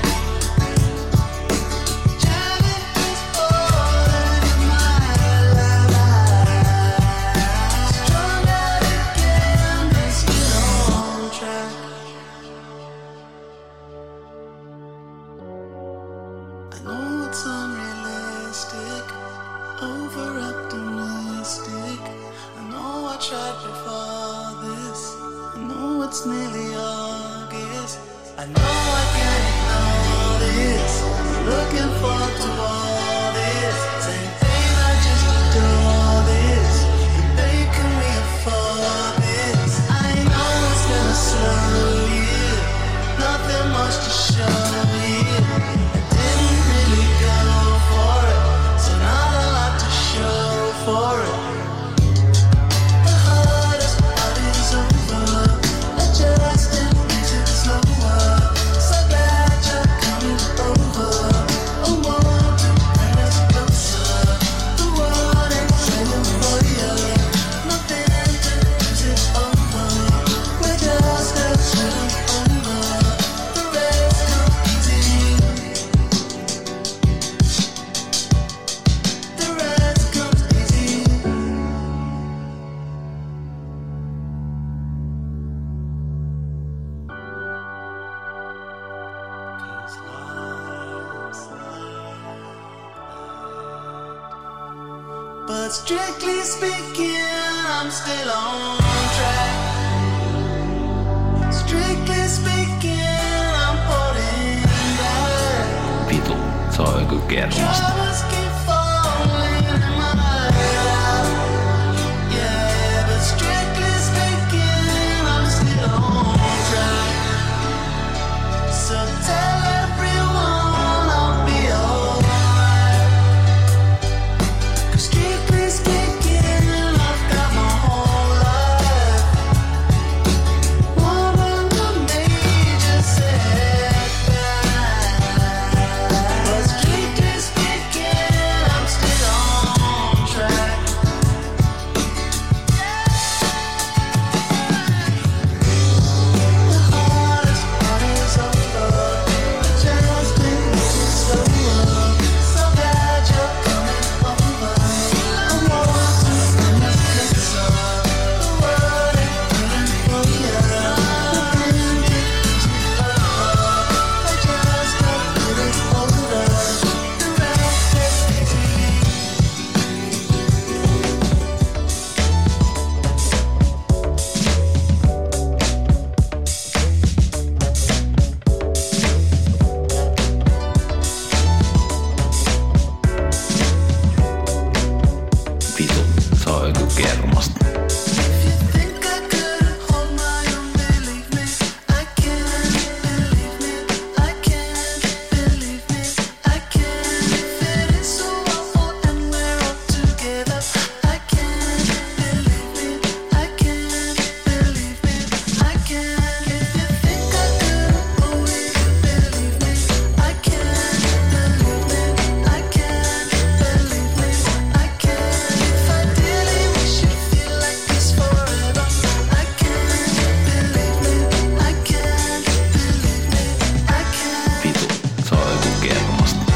Driving this forward in my life. Strung out again, but still on track. I know it's unrealistic, over optimistic. I know I tried before this. I know it's nearly August. I know I can't ignore this. Looking forward to all this. Saying things I just adore this. And babe, can we afford this? I know it's gonna slow you. Nothing much to show you. Didn't really go for it, so not a lot to show for it. The hardest part is over. Adjusting into the slower. So glad you're coming over. I want to bring us closer. The world ain't waiting for you. Nothing to lose, it's over. We're just getting over. The rest comes easy. The rest comes easy. But strictly speaking, I'm still on track. Strictly speaking, I'm holding back. Vitu, se on joku kermasta. Troubles keep falling in my lap. Yeah, but strictly speaking, I'm still on track. So tell everyone I'll be alright. 'Cause strictly speaking, I've got my whole life. One of the major setbacks. But strictly speaking, Vitu, se on joku kermasta.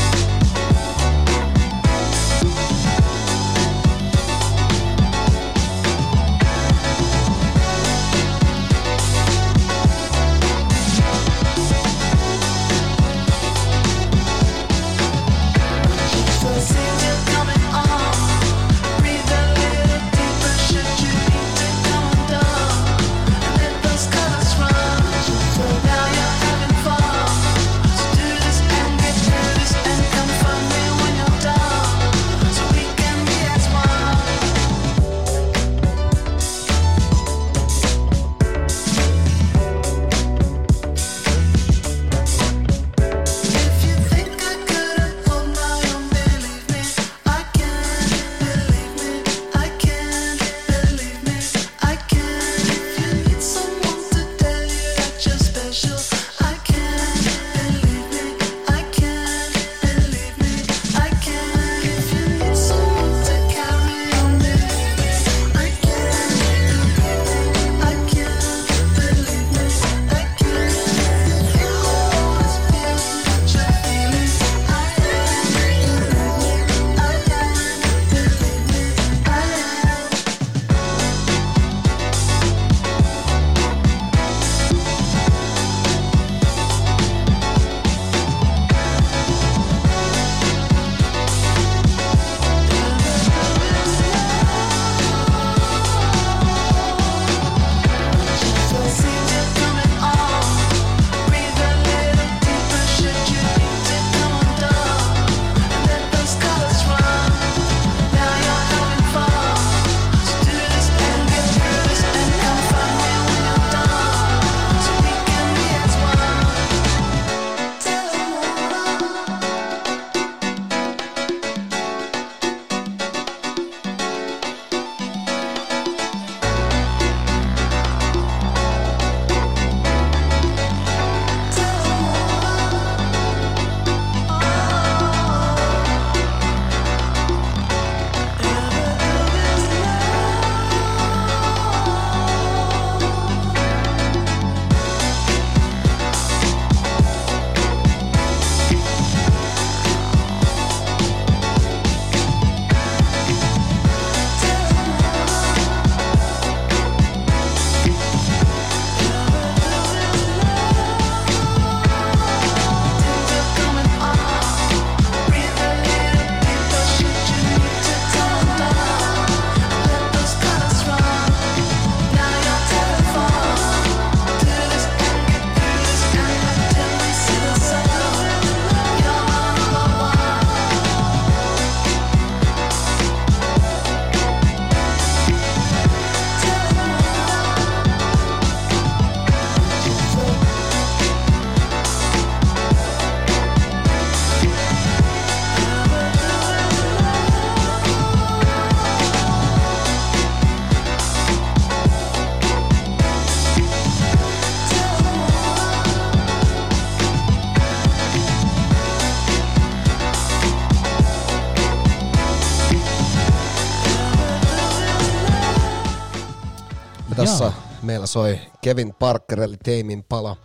Tässä meillä soi Kevin Parker eli Tame Impala.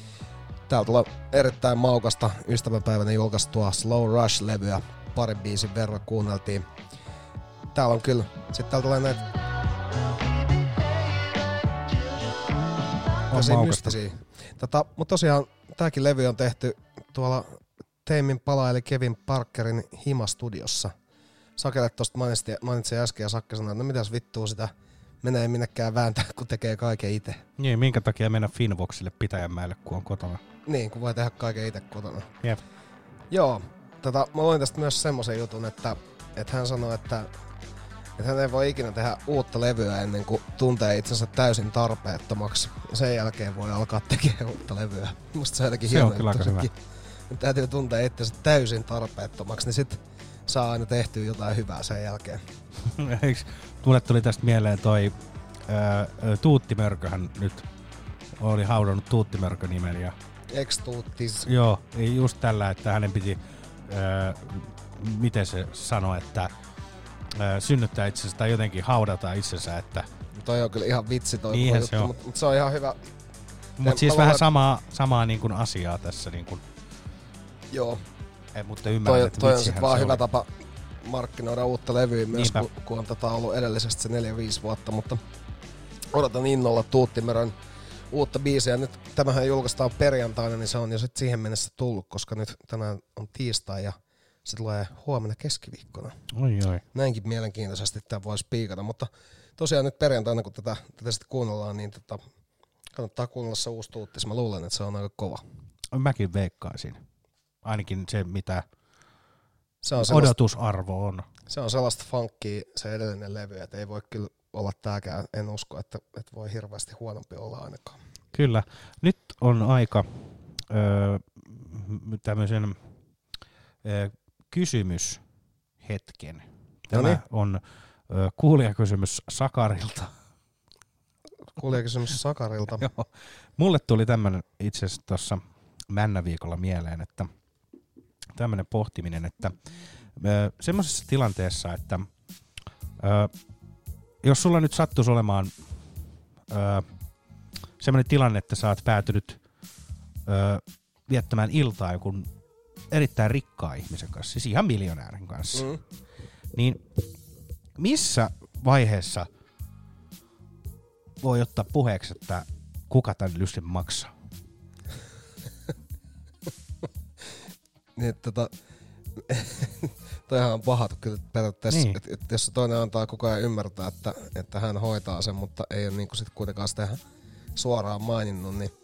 Täällä tulee erittäin maukasta ystävänpäivänä julkaistua Slow Rush-levyä. Parin biisin verran kuunneltiin. Täällä on kyllä, sit täällä tulee näitä On mystisiä. Tota, mutta tosiaan tääkin levy on tehty tuolla Tame Impala eli Kevin Parkerin himastudiossa. Sakelle tosta mainitsi, mainitsi äsken ja Sakke sanoi, että no mitäs vittua sitä menee minnekään vääntää, kun tekee kaiken itse. Niin, minkä takia mennä Finvoxille Pitäjänmäelle, kun on kotona? Niin, kun voi tehdä kaiken itse kotona. Jep. Joo, tota, mä luin tästä myös semmoisen jutun, että, että hän sanoi, että, että hän ei voi ikinä tehdä uutta levyä ennen kuin tuntee itsensä täysin tarpeettomaksi. Ja sen jälkeen voi alkaa tekemään uutta levyä. Musta se on jotenkin se hieno. On kyllä aika hyvä. Täytyy tuntea itsensä täysin tarpeettomaksi, niin sit saa aina tehtyä jotain hyvää sen jälkeen. Eiks, mulle tuli tästä mieleen toi ää, Tuutti Mörköhän nyt oli haudannut Tuutti Mörkö nimen ja Ex-Tuuttis. joo, just tällä, että hänen piti ää, miten se sanoi, että ää, synnyttää itsensä tai jotenkin haudata itsensä, että toi on kyllä ihan vitsi toi Niinhän juttu, se on. mutta mut se on ihan hyvä. Mutta siis vähän samaa, samaa niin kuin asiaa tässä niin kuin Joo. Ei, mutta ymmärrän, Toi, että toi on vitsihän sit vaan se hyvä oli. tapa markkinoida uutta levyä myös, Niinpä. kun, kun on tätä ollut edellisestä se neljä viisi vuotta, mutta odotan innolla Tuuttimerön uutta biisiä. Nyt tämähän julkaistaan perjantaina, niin se on jo sit siihen mennessä tullut, koska nyt tänään on tiistai ja se tulee huomenna keskiviikkona. Oi, oi. Näinkin mielenkiintoisesti tämä voisi piikata, mutta tosiaan nyt perjantaina, kun tätä, tätä sitten kuunnellaan, niin tota, kannattaa kuunnella se uusi Tuuttis. Mä luulen, että se on aika kova. Mäkin veikkaisin. Ainakin se, mitä Se on sellaista, odotusarvo on. se on sellaista funkia se edellinen levy, että ei voi kyllä olla tääkään. En usko, että, että voi hirveästi huonompi olla ainakaan. Kyllä. Nyt on aika öö, tämmöisen öö, kysymyshetken. Tämä Noniin. on öö, kuulijakysymys Sakarilta. Kuulijakysymys Sakarilta. Joo. Mulle tuli tämmöinen itse asiassa tuossa Männäviikolla mieleen, että tämmöinen pohtiminen, että öö, semmoisessa tilanteessa, että öö, jos sulla nyt sattuisi olemaan öö, semmoinen tilanne, että sä oot päätynyt öö, viettämään iltaa jonkun erittäin rikkaan ihmisen kanssa, siis ihan miljonäärin kanssa, Mm. niin missä vaiheessa voi ottaa puheeksi, että kuka tämän lystin maksaa? Niin, tota, toihan on paha kyllä periaatteessa, Niin. että et, jos se toinen antaa koko ajan ymmärtää, että, että hän hoitaa sen, mutta ei ole niinku sit kuitenkaan sitä ihan suoraan maininnut, niin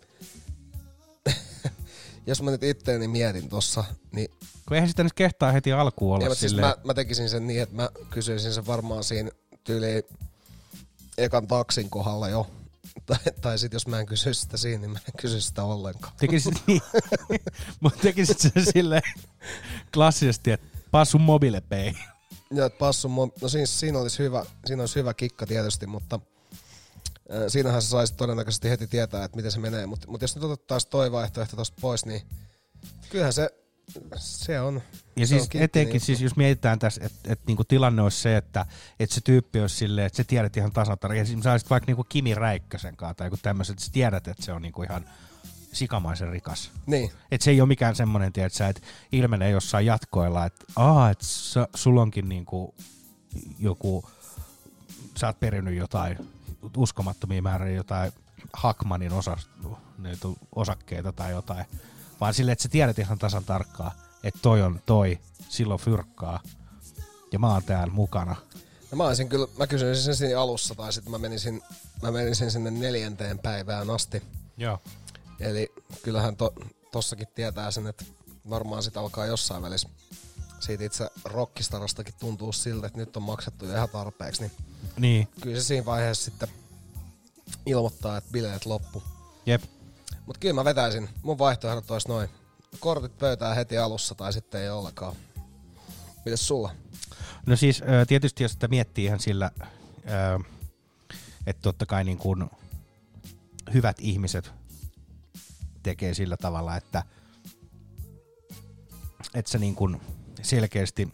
jos mä nyt itteeni mietin tossa, niin Kun eihän sitä nyt kehtaa heti alkuun olla Ei, siis silleen. mä, mä tekisin sen niin, että mä kysyisin sen varmaan siinä tyyliin ekan taksin kohdalla jo. Tai, tai sit jos mä en kysyisi sitä siinä, niin mä en kysyisi sitä ollenkaan. Tekisit niin, mutta tekisit sen silleen klassisesti, että passu mobile pay. Ja et passu, mo- no siinä, siinä, olisi hyvä, siinä olisi hyvä kikka tietysti, mutta äh, siinähän sä saisit todennäköisesti heti tietää, että miten se menee. Mutta mut jos nyt otettaisiin toi vaihtoehto tosta pois, niin kyllähän se, se on. Ja se siis on kiinni, etenkin, niin. siis jos mietitään tässä, että et niinku tilanne olisi se, että et se tyyppi olisi silleen, että sä tiedät ihan tasan tarkkaan. Siis sä olisit vaikka niinku Kimi Räikkösen kanssa tai joku tämmöiset, että sä tiedät, että se on niinku ihan sikamaisen rikas. Niin, Että se ei ole mikään semmoinen, tiedät sä, että ilmenee jossain jatkoilla, että aah, että sulla onkin niinku joku, sä oot perinyt jotain uskomattomia määriä, jotain Hackmanin osa, osakkeita tai jotain, vaan silleen, että sä tiedät ihan tasan tarkkaan, että toi on toi, silloin fyrkkaa, ja mä oon täällä mukana. no mä olisin kyllä, mä kysyisin sen siinä alussa, tai sitten mä menisin, mä menisin sinne neljänteen päivään asti. Joo. Eli kyllähän to, tossakin tietää sen, että varmaan sit alkaa jossain välissä siitä itse rockistarastakin tuntuu siltä, että nyt on maksettu jo ihan tarpeeksi, niin Niin, kyllä se siinä vaiheessa sitten ilmoittaa, että bileet loppu. jep. Mut kyllä mä vetäisin, mun vaihtoehdot olisi noin. Kortit pöytään heti alussa tai sitten ei ollenkaan. Mites sulla? No siis ö, tietysti jos sitä miettii ihan sillä, ö, että totta kai niin kuin hyvät ihmiset tekee sillä tavalla, että, että sä niin kuin selkeästi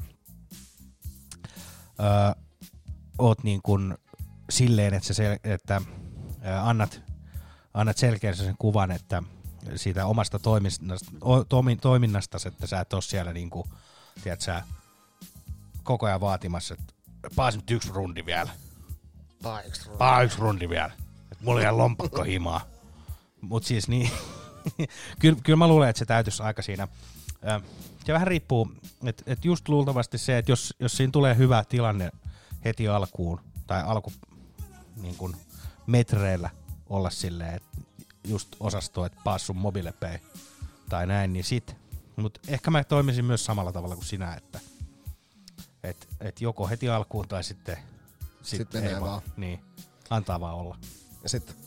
ö, oot niin kuin silleen, että, sä sel- että ö, annat, annat selkeästi sen kuvan, että siitä omasta toiminnasta, toiminnasta että sä et ole siellä niin kuin, tiedät sä, koko ajan vaatimassa, että paas nyt yksi rundi vielä. Paa yksi rundi vielä. Et mulla on ihan lompakko himaa. Mut siis niin, kyllä, kyllä mä luulen, että se täytyisi aika siinä. Se vähän riippuu, että et just luultavasti se, että jos, jos siinä tulee hyvä tilanne heti alkuun, tai alku niin kun metreillä olla silleen, että just osasto, että paas sun mobile pay, tai näin, niin sit. Mut ehkä mä toimisin myös samalla tavalla kuin sinä, että et, et joko heti alkuun tai sitten sit Sitten menee ei vaan. Niin, antaa vaan olla. Ja sitten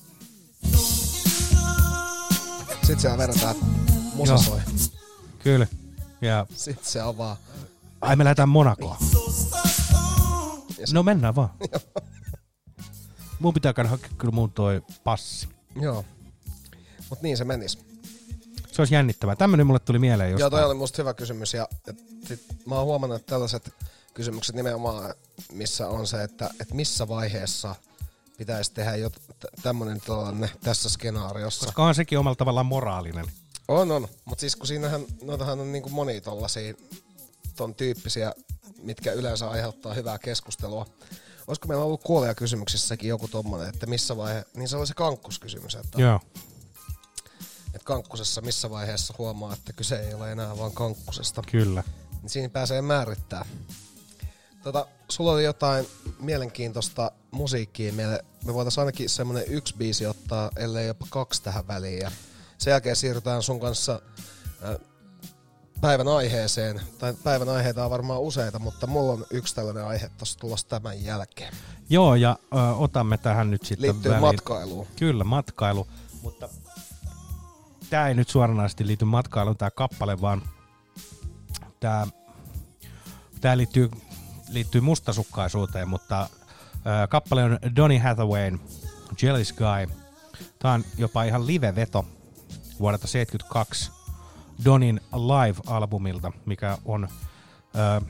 sit siellä vedetään musa Joo. soi. Kyllä. Ja Sitten se on vaan. ai me lähdetään Monakoon. Ja sit- No mennään vaan. Mun pitää käydä hakea kyllä mun toi passi. Joo. Mut niin se menis. Se olisi jännittävää. Tämmönen mulle tuli mieleen Joo, jostain. toi oli musta hyvä kysymys. Ja et, sit, mä oon huomannut, että tällaiset kysymykset nimenomaan, missä on se, että et missä vaiheessa pitäisi tehdä jo t- tämmönen tilanne tässä skenaariossa. Koska on sekin omalla tavallaan moraalinen. On, on. Mutta siis kun siinähän, noitahan on niinku monia tollasia ton tyyppisiä, mitkä yleensä aiheuttaa hyvää keskustelua. Olisiko meillä ollut kuulijakysymyksissäkin joku tommonen, että missä vaihe, niin se oli se kankkuskysymys, että, Joo. että kankkusessa missä vaiheessa huomaa, että kyse ei ole enää vaan kankkusesta. Kyllä. Niin siinä pääsee määrittää. Tota, sulla oli jotain mielenkiintoista musiikkia meille. Me voitaisiin ainakin semmonen yksi biisi ottaa, ellei jopa kaksi tähän väliin. Ja sen jälkeen siirrytään sun kanssa äh, päivän aiheeseen. Tai päivän aiheita on varmaan useita, mutta mulla on yksi tällainen aihe tossa tulossa tämän jälkeen. Joo, ja ö, otamme tähän nyt sitten Liittyy väliin. matkailuun. Kyllä, matkailu. Mutta tää ei nyt suoranaisesti liity matkailuun tää kappale, vaan tää, tää liittyy, liittyy mustasukkaisuuteen, mutta ö, kappale on Donny Hathawayn Jealous Guy. Tää on jopa ihan live-veto vuodelta seitsemänkymmentäkaksi Donin Live-albumilta, mikä on ö,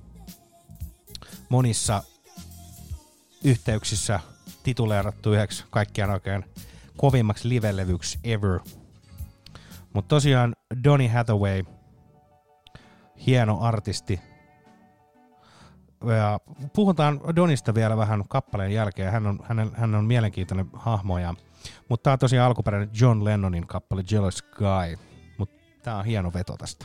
monissa yhteyksissä tituleerattu yhdeksi kaikkiaan oikein kovimmaksi live-levyksi ever. Mutta tosiaan Donny Hathaway, hieno artisti. Ja puhutaan Donista vielä vähän kappaleen jälkeen. Hän on, hän, hän on mielenkiintoinen hahmo. Mutta tämä on tosiaan alkuperäinen John Lennonin kappale Jealous Guy. Mutta tämä on hieno veto tästä.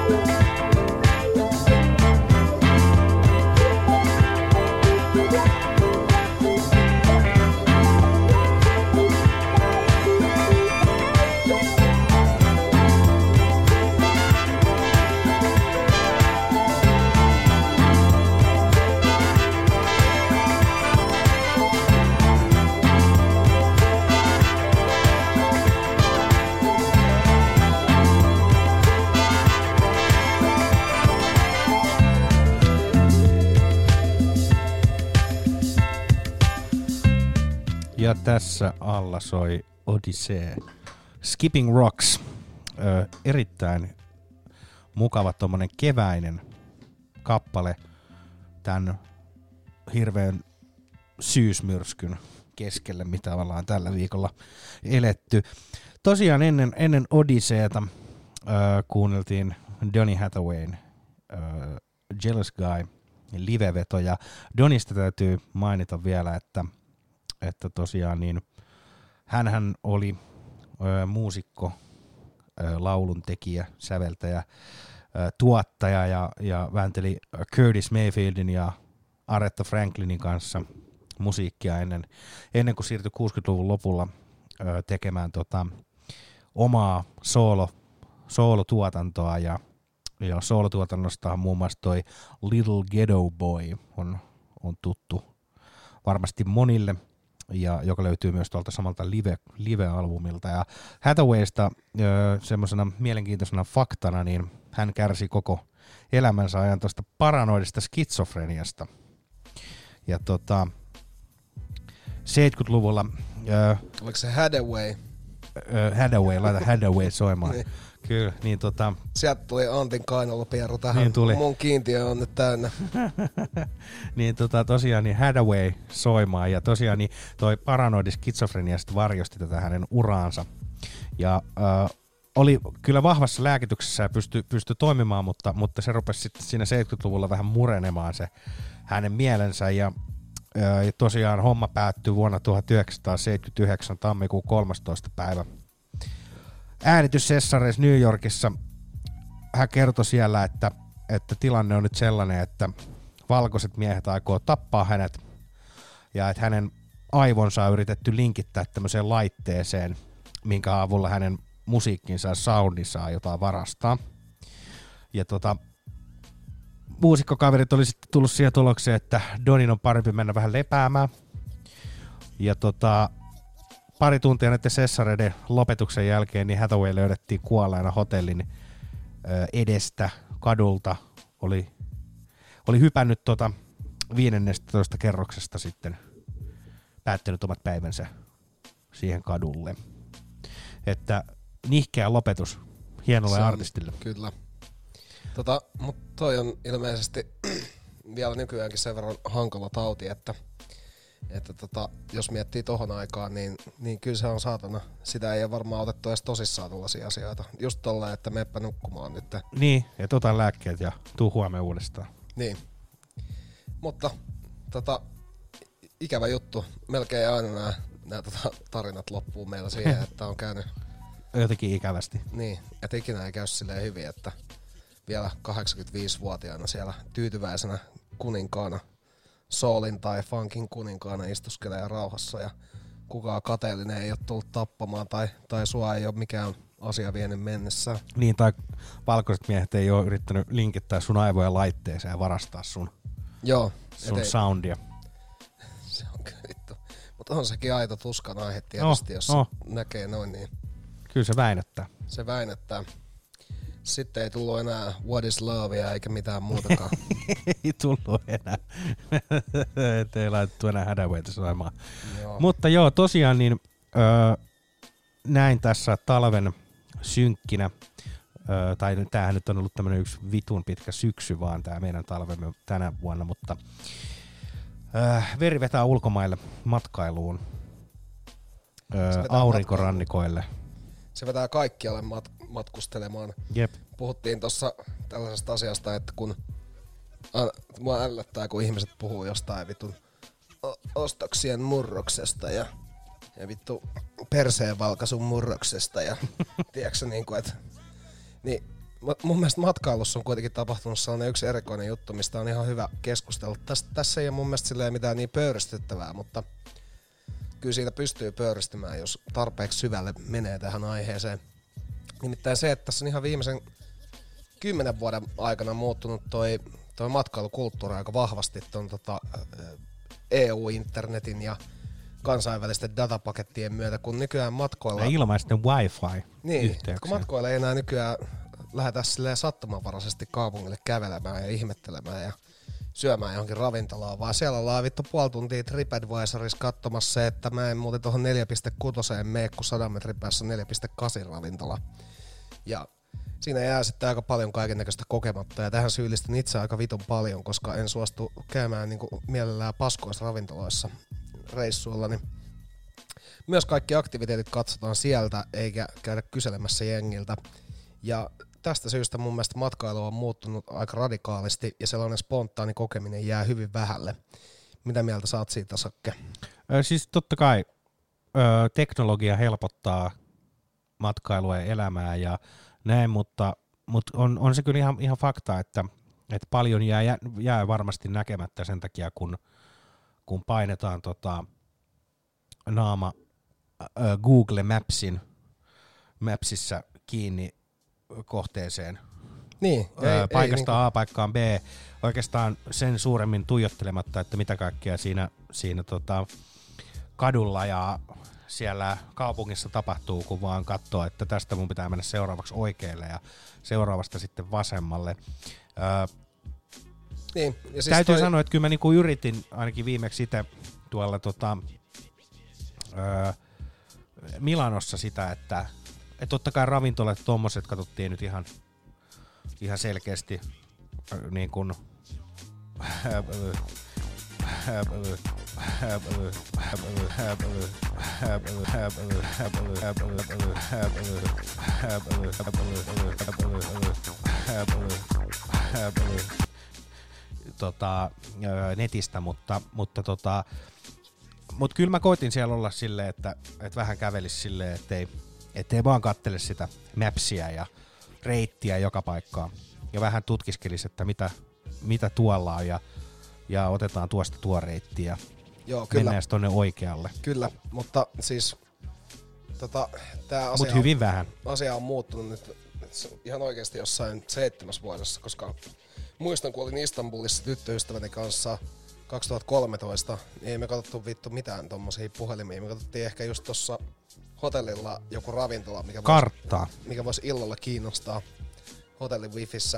Ja tässä alla soi Odyssey. Skipping Rocks. Ö, erittäin mukava tommonen keväinen kappale tämän hirveän syysmyrskyn keskelle, mitä ollaan tällä viikolla eletty. Tosiaan ennen, ennen Odysseyta ö, kuunneltiin Donny Hathawayn ö, Jealous Guy liveveto, ja Donista täytyy mainita vielä, että että tosiaan niin hänhän oli ö, muusikko, ö, lauluntekijä, säveltäjä, ö, tuottaja ja, ja väänteli Curtis Mayfieldin ja Aretha Franklinin kanssa musiikkia ennen, ennen kuin siirtyi kuusikymmentäluvun lopulla ö, tekemään tota, omaa soolo, soolotuotantoa, ja, ja soolotuotannosta muun muassa toi Little Ghetto Boy on, on tuttu varmasti monille, ja joka löytyy myös tuolta samalta live, live-albumilta. Ja Hathawaysta semmoisena mielenkiintoisena faktana, niin hän kärsi koko elämänsä ajan tuosta paranoidista skitsofreniasta. Ja tota, seitsemänkymmentäluvulla... Ö, Oliko se Hathaway? Ö, Hathaway, laita Hathaway soimaan. Niin. Kyllä, niin tota... Sieltä tuli Antin kainalopieru tähän. Niin tuli. Mun kiintiö on nyt täynnä. Niin tota, tosiaan niin Hathaway soimaan, ja tosiaan niin toi paranoidi skitsofrenia sitten varjosti tätä hänen uraansa. Ja äh, oli kyllä vahvassa lääkityksessä ja pystyi pysty toimimaan, mutta, mutta se rupesi sitten siinä seitsemänkymmentäluvulla vähän murenemaan se hänen mielensä, ja äh, tosiaan homma päättyi vuonna tuhatyhdeksänsataaseitsemänkymmentäyhdeksän tammikuun kolmastoista päivä äänityssessareissa New Yorkissa. Hän kertoi siellä, että, että tilanne on nyt sellainen, että valkoiset miehet aikoo tappaa hänet, ja että hänen aivonsa on yritetty linkittää tämmöiseen laitteeseen, minkä avulla hänen musiikkinsa ja soundi saa jotain varastaa. Ja tota, muusikkokaverit oli sitten tullut siihen tulokseen, että Donin on parempi mennä vähän lepäämään. Ja tota, pari tuntia näiden sessareiden lopetuksen jälkeen niin Hathaway löydettiin kuolleena hotellin ö, edestä, kadulta. Oli, oli hypännyt tota viidennentoista kerroksesta sitten, päättänyt omat päivänsä siihen kadulle. Että nihkeä lopetus hienolle artistille. Kyllä. Tota, mutta toi on ilmeisesti vielä nykyäänkin sen verran hankala tauti, että että tota, jos miettii tohon aikaan, niin, niin kyllä se on saatana. Sitä ei ole varmaan otettu edes tosissaan tuollaisia asioita. Just tolleen, että meppä nukkumaan nyt. Niin, että ota lääkkeet ja tuu huomenna uudestaan. Niin. Mutta tota, ikävä juttu. Melkein aina nämä, nämä tota, tarinat loppuu meillä siihen, että on käynyt... Jotenkin ikävästi. Niin, että ikinä ei käy silleen hyvin, että vielä kahdeksankymmentäviisivuotiaana siellä tyytyväisenä kuninkaana, soulin tai funkin kuninkaana istuskelee rauhassa ja kukaan kateellinen ei ole tullut tappamaan tai, tai sua ei ole mikään asia vienyt mennessään. Niin, tai valkoiset miehet ei ole yrittänyt linkittää sun aivoja laitteeseen ja varastaa sun, Joo, sun ei, soundia. Se on kyllä vittu. Mutta on sekin aito tuskan aihe tietysti, oh, jos oh. näkee noin, niin kyllä se väinöttää. Se väinöttää. Sitten ei tullut enää What is Lovea eikä mitään muutakaan. Ei tullut enää. Ei laitettu enää Hathawayta soimaan. Joo. Mutta joo, tosiaan niin öö, näin tässä talven synkkkinä, öö, tai tämähän nyt on ollut tämmönen yksi vitun pitkä syksy vaan tää meidän talvemme tänä vuonna, mutta öö, veri vetää ulkomaille matkailuun, öö, aurinkorannikoille. Se vetää kaikkialle mat- matkustelemaan. Jep. Puhuttiin tuossa tällaisesta asiasta, että kun a- mua ällättää, kun ihmiset puhuu jostain vitun o- ostoksien murroksesta ja, ja vittu perseen valkaisun murroksesta ja tiedätkö niinku, että niin mun mielestä matkailussa on kuitenkin tapahtunut sellainen yksi erikoinen juttu, mistä on ihan hyvä keskustella. Täs, tässä ei ole mun mielestä silleen mitään niin pöyristyttävää, mutta kyllä siitä pystyy pöyristymään, jos tarpeeksi syvälle menee tähän aiheeseen. Nimittäin se, että tässä on ihan viimeisen kymmenen vuoden aikana muuttunut toi, toi matkailukulttuuri aika vahvasti ton tota, E U-internetin ja kansainvälisten datapakettien myötä, kun nykyään matkoilla... Ja ilmaisten wifi-yhteyksiä. Niin, kun matkoilla ei enää nykyään lähdetä silleen sattumanvaraisesti kaupungille kävelemään ja ihmettelemään ja syömään johonkin ravintolaan, vaan siellä ollaan vittu puoli tuntia TripAdvisorissa katsomassa se, että mä en muuten tuohon neljä pilkku kuusi mene, kun sadan metrin päässä neljä pilkku kahdeksan ravintola. Ja siinä jää sitten aika paljon kaikennäköistä kokematta, ja tähän syyllistän itse aika vitun paljon, koska en suostu käymään niin kuin mielellään paskoissa ravintoloissa reissuilla, niin myös kaikki aktiviteetit katsotaan sieltä, eikä käydä kyselemässä jengiltä. Ja tästä syystä mun mielestä matkailu on muuttunut aika radikaalisti, ja sellainen spontaani kokeminen jää hyvin vähälle. Mitä mieltä sä oot siitä, Sakke? Ö, siis totta kai ö, teknologia helpottaa matkailua ja elämää ja näin, mutta, mutta on, on se kyllä ihan, ihan fakta, että, että paljon jää, jää varmasti näkemättä sen takia, kun, kun painetaan tota, naama ö, Google Mapsin, Mapsissa kiinni kohteeseen. Niin, Öö, ei, paikasta ei, A paikkaan B, oikeastaan sen suuremmin tuijottelematta, että mitä kaikkea siinä, siinä tota kadulla ja siellä kaupungissa tapahtuu, kun vaan katsoo, että tästä mun pitää mennä seuraavaksi oikealle ja seuraavasta sitten vasemmalle. Öö, niin, ja siis täytyy toi... sanoa, että kyllä mä niinku yritin ainakin viimeksi itse tuolla tota, öö, Milanossa sitä, että et totta kai ravintolat tommoset katsottiin nyt ihan ihan selkeästi niin kuin tota, netistä, mutta mutta tota mut kyllä mä koitin siellä olla silleen, että et vähän kävelisi silleen, ettei ettei vaan kattele sitä Mapsia ja reittiä joka paikkaan ja vähän tutkiskelisi, että mitä, mitä tuolla on ja, ja otetaan tuosta tuo reitti ja Joo, kyllä. mennään tonne oikealle. Kyllä, mutta siis tota, tää asia, Mut hyvin on, vähän. asia on muuttunut nyt ihan oikeasti jossain seitsemäs vuodessa, koska muistan, kun olin Istanbulissa tyttöystäväni kanssa kaksituhattakolmetoista, niin ei me katsottu vittu mitään tommosia puhelimia. Me katsottiin ehkä just tossa hotellilla joku ravintola, mikä Karttaa. voisi, mikä voisi illalla kiinnostaa hotellin wifissä.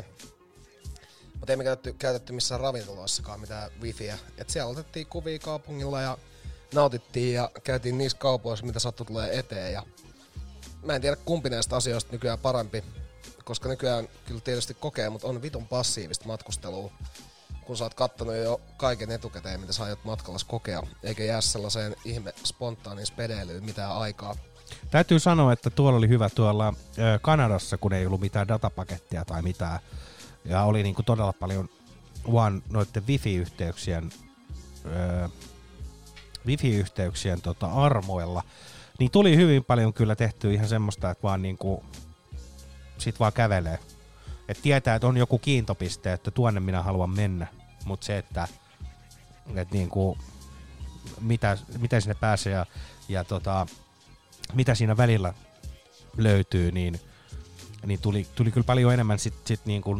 Mutta ei me käytetty, käytetty missään ravintoloissakaan mitään wifiä. Et siellä otettiin kuvia kaupungilla ja nautittiin ja käytiin niissä kaupoissa, mitä sattui tulee eteen. Ja mä en tiedä kumpi näistä asioista nykyään parempi, koska nykyään kyllä tietysti kokee, mutta on vitun passiivista matkustelua, kun sä oot kattonut jo kaiken etukäteen, mitä sä aiot matkalla kokea, eikä jää sellaiseen ihme spontaaniin spedeilyyn mitään aikaa. Täytyy sanoa, että tuolla oli hyvä tuolla ö, Kanadassa, kun ei ollut mitään datapakettia tai mitään, ja oli niinku todella paljon vaan noiden wifi-yhteyksien, ö, wifi-yhteyksien tota armoilla, niin tuli hyvin paljon kyllä tehtyä ihan semmoista, että vaan niinku sit vaan kävelee. Et tietää, että on joku kiintopiste, että tuonne minä haluan mennä, mutta se, että et niinku, mitä, mitä sinne pääsee ja, ja tota, mitä siinä välillä löytyy, niin, niin tuli, tuli kyllä paljon enemmän sit, sit niin kuin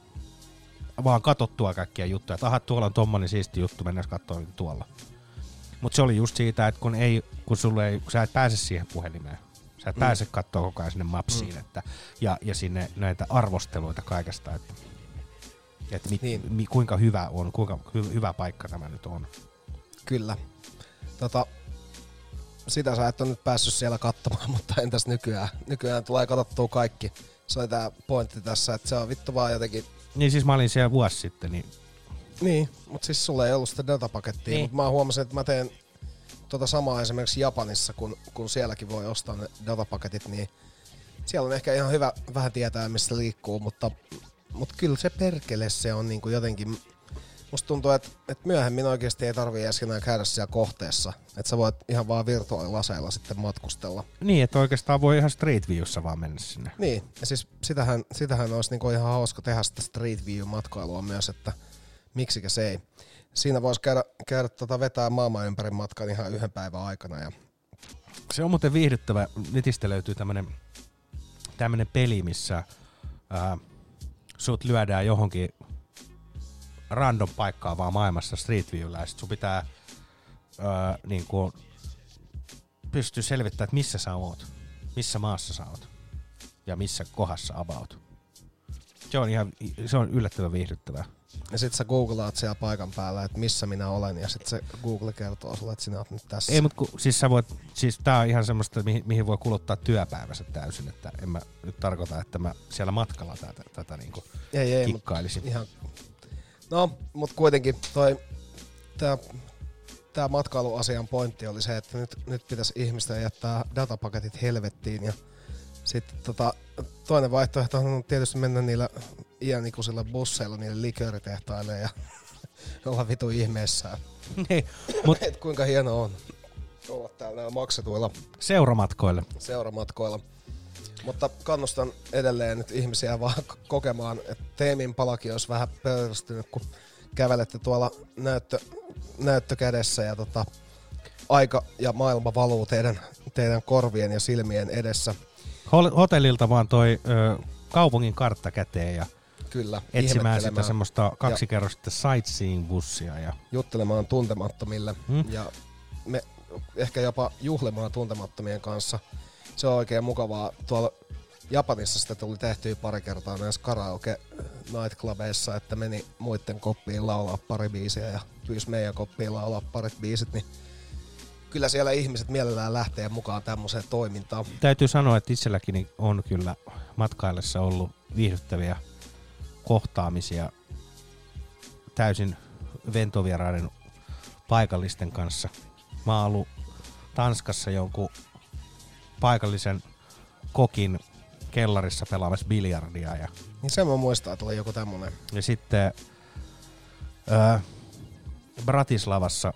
vaan katsottua kaikkia juttuja. Että aha, tuolla on tommonen siisti juttu, mennään katsomaan tuolla. Mutta se oli just siitä, että kun, ei, kun, sulle ei, kun sä et pääse siihen puhelimeen, sä et mm. pääse katsoa koko ajan sinne Mapsiin mm. että, ja, ja sinne näitä arvosteluita kaikesta, että, että mit, niin. mi, kuinka hyvä on, kuinka hy, hyvä paikka tämä nyt on. Kyllä. Tota, sitä sä et ole nyt päässyt siellä katsomaan, mutta entäs nykyään? Nykyään tulee katsottua kaikki. Se on tää pointti tässä, että se on vittu vaan jotenkin... Niin siis mä olin siellä vuosi sitten, niin... Niin, mutta siis sulla ei ollut sitä datapakettia, niin. Mutta mä huomasin, että mä teen tota samaa esimerkiksi Japanissa, kun, kun sielläkin voi ostaa ne datapaketit, niin siellä on ehkä ihan hyvä vähän tietää, missä liikkuu, mutta, mutta kyllä se perkele se on niinku jotenkin... Musta tuntuu, että et myöhemmin oikeesti ei tarvii edes enää käydä siellä kohteessa. Että sä voit ihan vaan virtuaalilaseilla sitten matkustella. Niin, että oikeastaan voi ihan Street Viewssä vaan mennä sinne. Niin, ja siis sitähän, sitähän olisi niinku ihan hauska tehdä sitä Street View-matkailua myös, että miksikä se ei. Siinä voisi käydä, käydä tota vetää maailman ympäri matkan ihan yhden päivän aikana. Ja se on muuten viihdyttävä. Netistä löytyy tämmönen, tämmönen peli, missä ää, sut lyödään johonkin random paikkaa vaan maailmassa Street Viewllä, ja sit sun pitää ää, niinku pystyä selvittämään, että missä sä oot, missä maassa sä oot ja missä kohdassa about. Se on ihan, se on yllättävän viihdyttävää. Ja sit sä googlaat siellä paikan päällä, että missä minä olen, ja sit se Google kertoo sulle, että sinä oot nyt tässä. Ei, mutta siis sä voit, siis tää on ihan semmoista, mihin, mihin voi kuluttaa työpäivänsä täysin, että en mä nyt tarkoita, että mä siellä matkalla tätä, tätä niinku ei, ei, kikkailisin. Mut ihan. No, mut kuitenkin toi, tää, tää matkailuasian pointti oli se, että nyt, nyt pitäisi ihmisten jättää datapaketit helvettiin, ja sitten tota, toinen vaihtoehto on tietysti mennä niillä iänikuisilla busseilla niille likööritehtaille ja olla vitu ihmeessään. Niin, mut et kuinka hienoa on olla täällä näillä maksetuilla seuramatkoilla. seuramatkoilla. Mutta kannustan edelleen nyt ihmisiä vaan kokemaan, että teemin palakin olisi vähän pöyristynyt, kun kävelette tuolla näyttö, näyttö kädessä ja tota, aika ja maailma valuu teidän, teidän korvien ja silmien edessä. Hotellilta vaan toi ö, kaupungin kartta käteen ja kyllä, etsimään sitä semmoista kaksikerrosta sightseeing-bussia. Ja juttelemaan tuntemattomille hmm? ja me ehkä jopa juhlimaan tuntemattomien kanssa. Se on oikein mukavaa. Tuolla Japanissa sitä tuli tehtyä pari kertaa näissä karaoke nightclubeissa, että meni muiden koppiin laulaa pari biisiä ja pyysi meidän koppiin laulaa parit biisit, niin kyllä siellä ihmiset mielellään lähtee mukaan tämmöiseen toimintaan. Täytyy sanoa, että itselläkin on kyllä matkaillessa ollut viihdyttäviä kohtaamisia täysin ventovieraiden paikallisten kanssa. Mä oon ollut Tanskassa jonkun paikallisen kokin kellarissa pelaamassa biljardia. Ja, niin sen mä muistan, että oli joku tämmönen. Ja sitten ää, Bratislavassa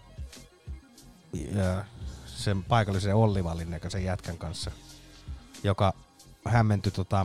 ää, sen paikallisen Olli Wallinnäköisen jätkän kanssa, joka hämmentyi tota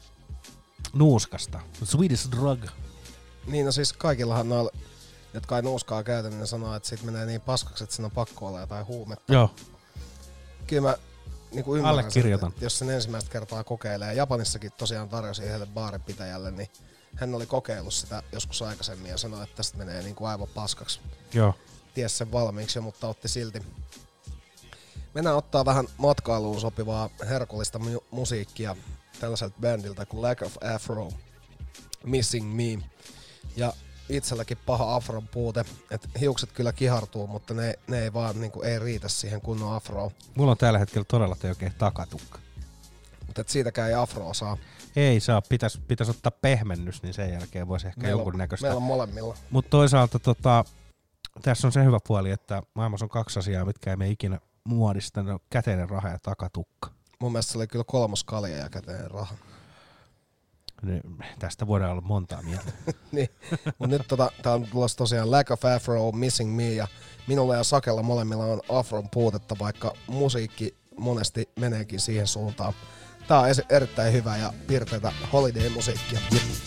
nuuskasta. Swedish drug. Niin, no siis kaikillahan noilla, jotka ei nuuskaa käytä, niin ne sanoo, että sit menee niin paskaksi, että siinä on pakko olla jotain huumetta. Joo. Kyllä mä niin ymmärrän, allekirjoitan. Että jos sen ensimmäistä kertaa kokeilee. Japanissakin tosiaan tarjosi yhdelle baarinpitäjälle, niin hän oli kokeillut sitä joskus aikaisemmin ja sanoi, että tästä menee niin kuin aivan paskaksi. Joo. Ties sen valmiiksi, mutta otti silti. Mennään ottaa vähän matkailuun sopivaa herkullista mu- musiikkia tällaiselta bändiltä kuin Lack of Afro, Missing Me. Ja itselläkin paha afron puute, että hiukset kyllä kihartuu, mutta ne, ne ei vaan niinku, ei riitä siihen kunnon afroon. Mulla on tällä hetkellä todella oikein takatukka. Mutta siitäkään ei afroa saa. Ei saa, pitäisi pitäis ottaa pehmennys, niin sen jälkeen voisi ehkä meillä jonkun näköistä. Meillä on molemmilla. Mutta toisaalta tota, tässä on se hyvä puoli, että maailmassa on kaksi asiaa, mitkä ei mene ikinä muodista, ne on käteinen raha ja takatukka. Mun mielestä se oli kyllä kolmos kalja ja käteinen raha. Niin, tästä voidaan olla montaa mieltä. Niin, mutta nyt tota, tää on tulossa tosiaan Lack of Afro, Missing Me, ja minulla ja Sakella molemmilla on afron puutetta, vaikka musiikki monesti meneekin siihen suuntaan. Tää on erittäin hyvä ja pirteitä holiday-musiikkia.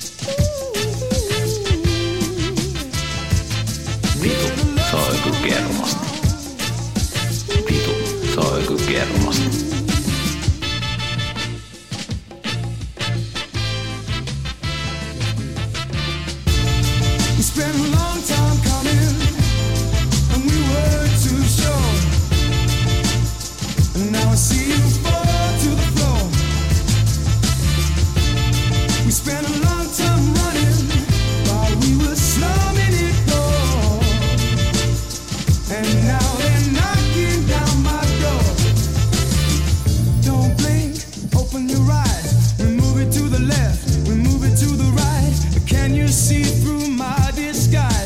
Vitu, se on joku kermasta. Vitu, se on joku kermasta. We spent a long time coming, and we were too sure. And now I see you fall to the floor. We spent a long time running while we were slumming it all. And now they're knocking down my door. Don't blink, open your eyes. We move it to the left, we move it to the right. Can you see through my disguise?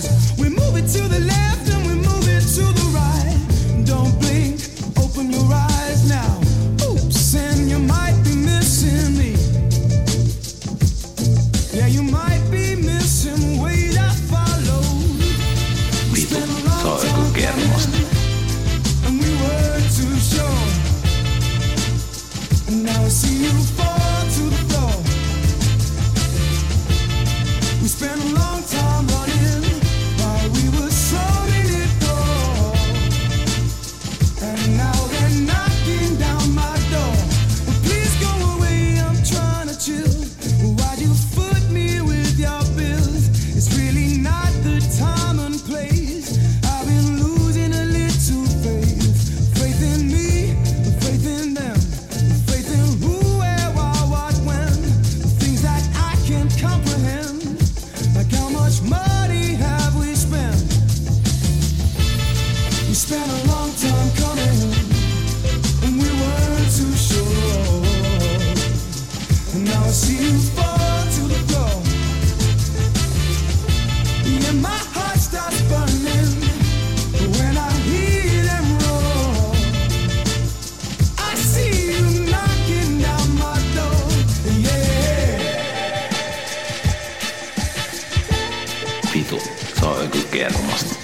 Vitu, se on joku kermasta.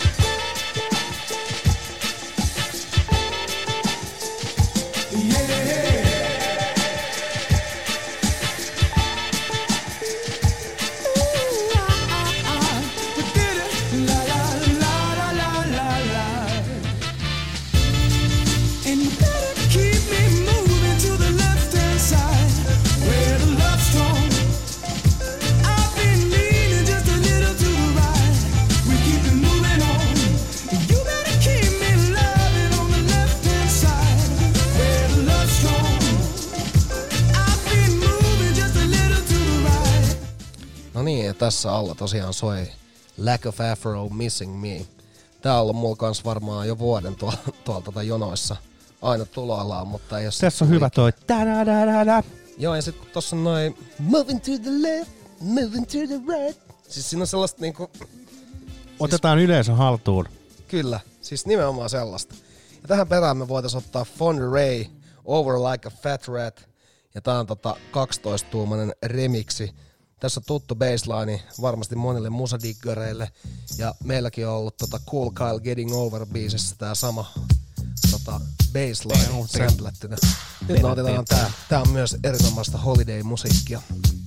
Tässä alla tosiaan soi Lack of Afro Missing Me. Tää on ollut mulla kans varmaan jo vuoden tuolla, tuolla tota jonoissa aina tuloillaan, mutta ei oo... Tässä on hyvä toi ta-da-da-da-da. Joo, ja sit tossa on noin moving to the left, moving to the right. Siis siinä on sellaista niinku... Otetaan siis, yleisön haltuun. Kyllä, siis nimenomaan sellaista. Ja tähän perään me voitais ottaa Fonda Ray, Over Like a Fat Rat. Ja tää on tota kaksitoista-tuumainen remiksi. Tässä on tuttu bassline varmasti monille musadiggareille. Ja meilläkin on ollut tota Cool Kyle Getting Over -biisissä tää sama tota bassline samplättynä. Nyt otetaan tää. Tää on myös erinomaista holiday-musiikkia.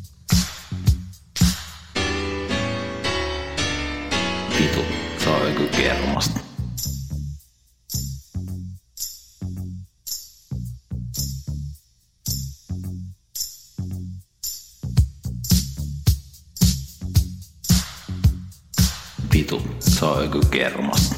Vitu, se on joku kermasta. Vitu, se on joku kermasta.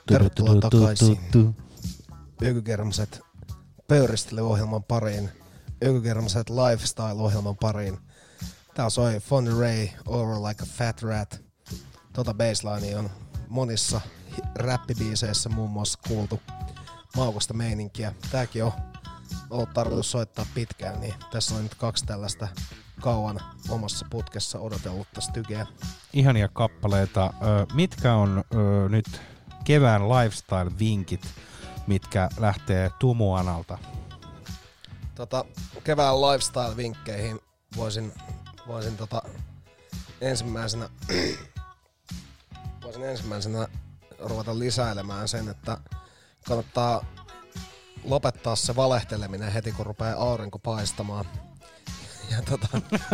Tervetuloa takaisin Ökykermaset pöyristely-ohjelman pariin, Ökykermaset lifestyle-ohjelman pariin. Tää soi Fonny Ray, Over Like a Fat Rat. Tota baselinea on monissa räppibiiseissä muun muassa kuultu. Maukasta meininkiä. Tääkin on ollut tarkoitus soittaa pitkään, niin tässä on nyt kaksi tällaista kauan omassa putkessa odotellutta stygeä. Ihania kappaleita. Ö, mitkä on ö, nyt kevään lifestyle-vinkit, mitkä lähtee Tumuanalta? Tota, kevään lifestyle-vinkkeihin voisin, voisin tota ensimmäisenä, voisin ensimmäisenä ruveta lisäilemään sen, että kannattaa lopettaa se valehteleminen heti, kun rupeaa aurinko paistamaan. Ja tota,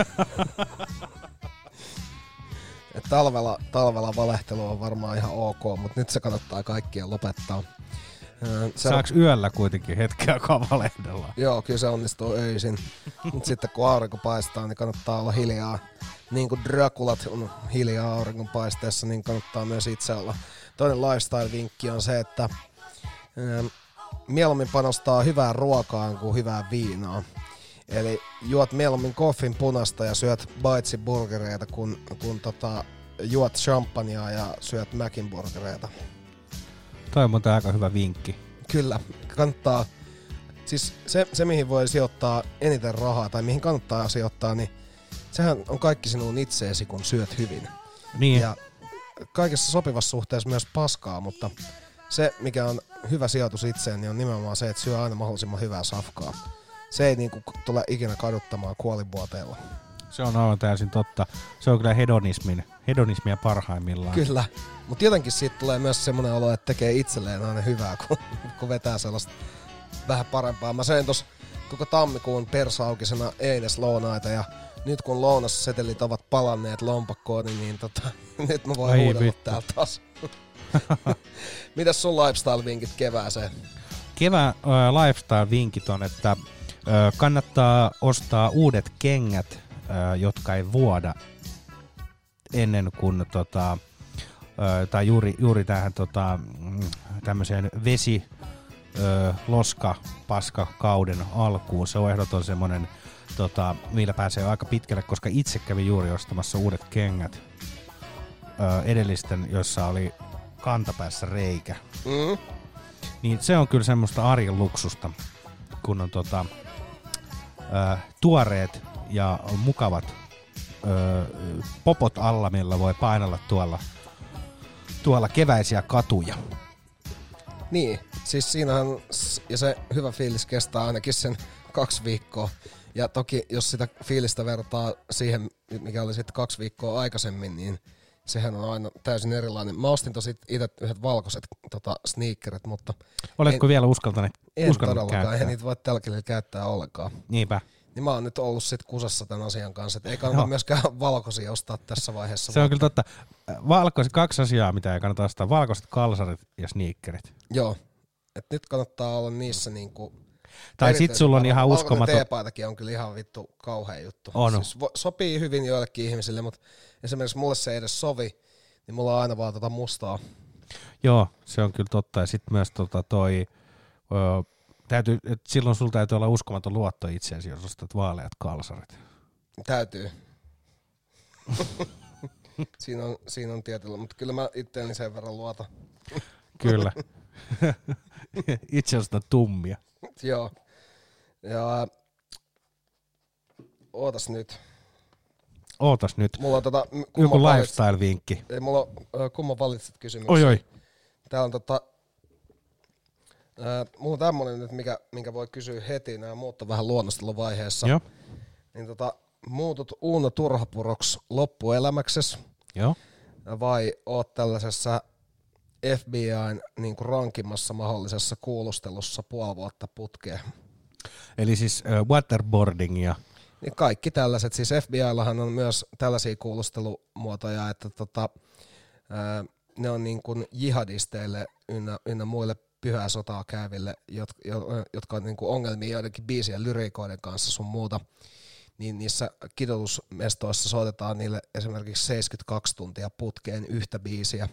et talvella, talvella valehtelu on varmaan ihan ok, mutta nyt se kannattaa kaikkien lopettaa. Se Saaks yöllä kuitenkin hetkeä kavalehdella? Joo, kyllä se onnistuu öisin. Mutta sitten kun aurinko paistaa, niin kannattaa olla hiljaa. Niin kuin Draculat on hiljaa aurinkon paisteessa, niin kannattaa myös itse olla. Toinen lifestyle-vinkki on se, että ähm, mieluummin panostaa hyvään ruokaan kuin hyvään viinaan. Eli juot mieluummin koffin punasta ja syöt Baitsi burgereita, kun, kun tota, juot champagnea ja syöt Macin burgereita. Toi on muuten aika hyvä vinkki. Kyllä, kannattaa. Siis se, se, mihin voi sijoittaa eniten rahaa tai mihin kannattaa sijoittaa, niin sehän on kaikki sinun itseesi, kun syöt hyvin. Niin. Ja kaikessa sopivassa suhteessa myös paskaa, mutta se, mikä on hyvä sijoitus itseen, niin on nimenomaan se, että syö aina mahdollisimman hyvää safkaa. Se ei niinku tule ikinä kaduttamaan kuolinvuoteella. Se on aivan täysin totta. Se on kyllä hedonismin, hedonismia parhaimmillaan. Kyllä, mutta jotenkin siitä tulee myös semmoinen olo, että tekee itselleen aina hyvää, kun, kun vetää sellaista vähän parempaa. Mä söin tossa koko tammikuun persaukisena eiles lounaita ja nyt kun lounassetelit ovat palanneet lompakkooni, niin tota, nyt mä voin Ai huudella vittu. täällä taas. Mitäs sun lifestyle-vinkit kevääseen? Kevään äh, lifestyle-vinkit on, että äh, kannattaa ostaa uudet kengät, äh, jotka ei vuoda ennen kuin tota, äh, tai juuri, juuri tähän tota, tämmöiseen vesi äh, loska paska kauden alkuun. Se on ehdoton semmonen, tota, millä pääsee aika pitkälle, koska itse kävin juuri ostamassa uudet kengät äh, edellisten, jossa oli kantapäässä reikä. Mm. Niin se on kyllä semmoista arjen luksusta, kun on tota, ö, tuoreet ja mukavat ö, popot alla, millä voi painella tuolla, tuolla keväisiä katuja. Niin, siis siinähän, ja se hyvä fiilis kestää ainakin sen kaksi viikkoa. Ja toki, jos sitä fiilistä vertaa siihen, mikä oli sitten kaksi viikkoa aikaisemmin, niin sehän on aina täysin erilainen. Mä ostin tosi itse yhdet valkoiset tota, sneakerit, mutta Oletko en, vielä uskaltanut, en uskaltanut todellakaan, käyttää? eihän niitä voi tällä kertaa käyttää ollenkaan. Niinpä. Niin mä oon nyt ollut sit kusassa tämän asian kanssa, että ei kannata Joo. myöskään valkoisia ostaa tässä vaiheessa. Se on kyllä totta. Valkoiset, kaksi asiaa, mitä ei kannata ostaa. Valkoiset kalsarit ja sneakerit. Joo, et nyt kannattaa olla niissä niinku... Tai sit sulla on ihan uskomaton... Valkoinen teepaitakin on kyllä ihan vittu kauhea juttu. On. Siis vo, sopii hyvin joillekin ihmisille, mutta esimerkiksi mulle se ei edes sovi, niin mulla on aina vaan tota mustaa. Joo, se on kyllä totta. Ja sit myös tota toi... Ö, täytyy, et silloin sulla täytyy olla uskomaton luotto itseesi, jos ostat vaaleat kalsarit. Täytyy. siinä, on, siinä on tietyllä, mutta kyllä mä itteeni sen verran luotan. Kyllä. Itse ostan tummia. Joo. Ja ootas nyt. Ootas nyt. Mulla on tota... Joku valitsit- lifestyle-vinkki. Ei, mulla on äh, kumman valitsit kysymyksen. Oi oi. Tää on tota... Äh, mulla on tämmönen nyt, mikä, minkä voi kysyä heti. Nämä muut on vähän luonnosteluvaiheessa. Joo. Niin tota, muutut Uuno Turhapuroksi loppuelämäksesi Joo. vai oot tällaisessa F B I:n niin kuin rankimmassa mahdollisessa kuulustelussa puoli vuotta putkeen? Eli siis äh, waterboardingia. Niin kaikki tällaiset, siis F B Illahan on myös tällaisia kuulustelumuotoja, että tota, ää, ne on niin kuin jihadisteille ynnä, ynnä muille pyhää sotaa käyville, jotka, jotka on niin kuin ongelmia joidenkin biisien lyriikoiden kanssa sun muuta, niin niissä kidotusmestoissa soitetaan niille esimerkiksi seitsemänkymmentäkaksi tuntia putkeen yhtä biisiä.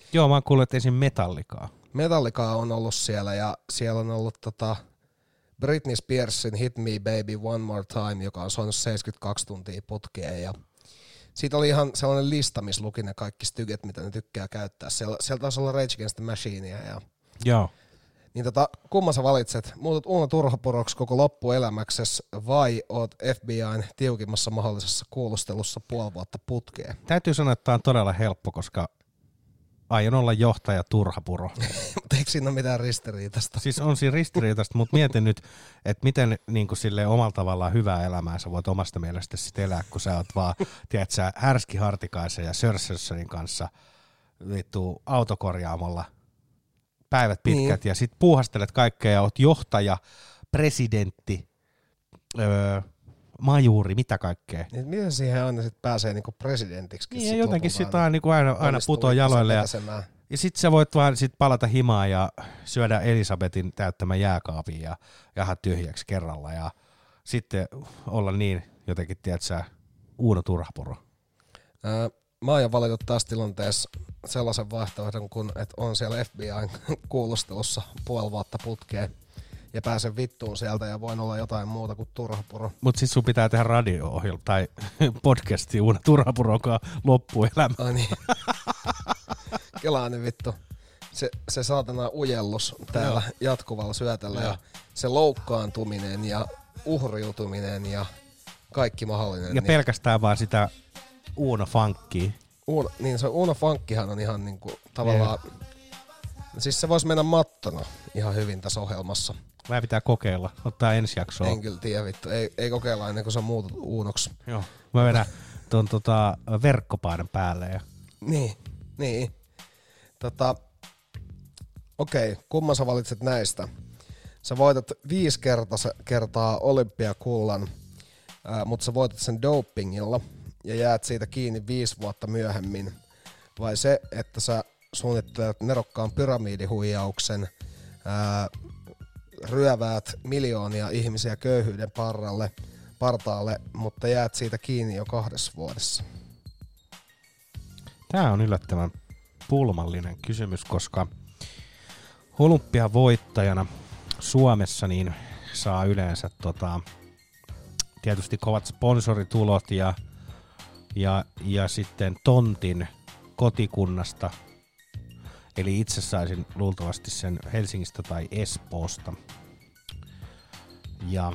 Joo, mä oon kuullut, että esim. Metallicaa. Metallica on ollut siellä ja siellä on ollut tota Britney Spearsin Hit Me Baby One More Time, joka on soinut seitsemänkymmentäkaksi tuntia putkeen ja siitä oli ihan sellainen lista, missä luki ne kaikki styget, mitä ne tykkää käyttää. Siellä, siellä taisi olla Rage Against the Machinea ja Joo. niin tota, kumman sä valitset? Muutat Uuno Turhapuroksi koko loppuelämäksesi vai oot F B I:n tiukimmassa mahdollisessa kuulustelussa puoli vuotta putkeen? Täytyy sanoa, että tää on todella helppo, koska aion olla johtaja Turhapuro. Mutta eikö siinä ole mitään ristiriitasta? Siis on siinä ristiriitasta, mutta mietin nyt, että miten niin kuin silleen omalla tavallaan hyvää elämää sä voit omasta mielestäsi sit elää, kun sä oot vaan, tiedät sä, Härski Hartikaisen ja Sörsössonin kanssa vittu autokorjaamolla päivät pitkät niin. Ja sit puuhastelet kaikkea ja oot johtaja, presidentti, öö, majuuri, mitä kaikkea. Niin, miten siihen aina sit pääsee niinku presidentiksi? Niin ja jotenkin sit aina, niinku aina, aina putoo jaloille ja, ja sit sä voit vaan sit palata himaan ja syödä Elisabetin täyttämän jääkaapin ja jaha tyhjäksi kerralla ja sitten olla niin jotenkin, tiedätkö, Uuno Turhapuro. Öö, mä aion valita tässä tilanteessa sellaisen vaihtoehdon, kun että on siellä F B I:n kuulustelussa puoli vuotta putkeen ja pääsen vittuun sieltä ja voin olla jotain muuta kuin Turhapuro. Mut sit sun pitää tehdä radio-ohjelma tai podcasti Uuno Turhapuronkaan loppuelämä. Ai niin. Kelaa nyt vittu. Se, se saatana ujellus täällä no. jatkuvalla syötellä no. ja se loukkaantuminen ja uhriutuminen ja kaikki mahdollinen. Ja niin. pelkästään vaan sitä Uuno Funkia. Uuno, niin se Uuno Funkkihan on ihan niinku tavallaan, yeah. siis se voisi mennä mattona ihan hyvin tässä ohjelmassa. Mä pitää kokeilla, ottaa ensi jaksoa. En kyllä tiedä vittu, ei, ei kokeilla ennen kuin sä muutut Uunoksi. Joo, mä vedän ton tota verkkopaidan päälle. Ja... Niin, niin. Tota, okei, okay, kumman sä valitset näistä? Sä voitat viisi kertaa, kertaa olympiakullan, ää, mutta sä voitat sen dopingilla ja jäät siitä kiinni viisi vuotta myöhemmin. Vai se, että sä suunnittelet nerokkaan pyramidihuijauksen, ää, ryöväät miljoonia ihmisiä köyhyyden parralle, partaalle, mutta jäät siitä kiinni jo kahdessa vuodessa? Tää on yllättävän pulmallinen kysymys, koska olympiavoittajana Suomessa niin saa yleensä tota, tietysti kovat sponsoritulot ja, ja, ja sitten tontin kotikunnasta. Eli itse saisin luultavasti sen Helsingistä tai Espoosta. Ja,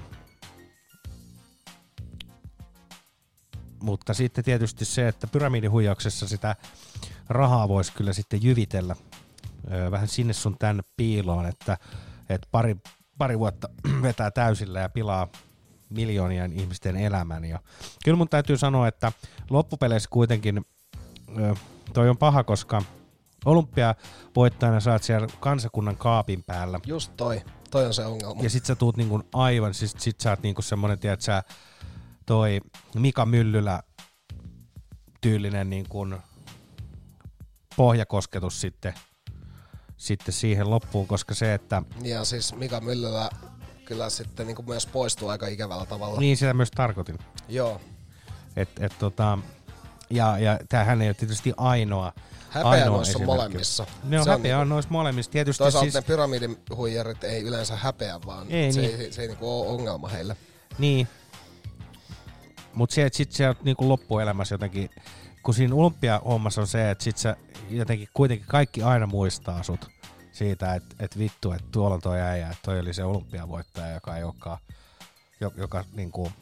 mutta sitten tietysti se, että pyramidihuijauksessa sitä rahaa voisi kyllä sitten jyvitellä öö, vähän sinne sun tänne piiloon, että, että pari, pari vuotta vetää täysillä ja pilaa miljoonien ihmisten elämän. Ja kyllä mun täytyy sanoa, että loppupeleissä kuitenkin öö, toi on paha, koska olympiavoittajana saat siellä kansakunnan kaapin päällä. Just toi. Toi on se ongelma. Ja sit sä tuut niinku aivan, siis sit sä oot niinku semmonen, tiedät sä, toi Mika Myllylä tyylinen niinku pohjakosketus sitten, sitten siihen loppuun, koska se, että... Ja siis Mika Myllylä kyllä sitten niinku myös poistuu aika ikävällä tavalla. Niin, sitä myös tarkoitin. Joo. Et, et tota, ja, ja tämähän ei ole tietysti ainoa Häpeä noissa molemmissa. Ne on se häpeä on on noissa molemmissa. Tietysti toisaalta siis... ne pyramidihuijarit ei yleensä häpeä, vaan ei, se, niin. ei, se ei niinku ole ongelma heille. Niin. Mut se, että sit sä oot niinku loppuelämässä jotenkin, kun siinä olympiahommassa on se, että sit sä jotenkin kuitenkin kaikki aina muistaa sut siitä, että et vittu, että tuolla on toi äijä, että toi oli se olympiavoittaja, joka ei olekaan, joka, joka niinku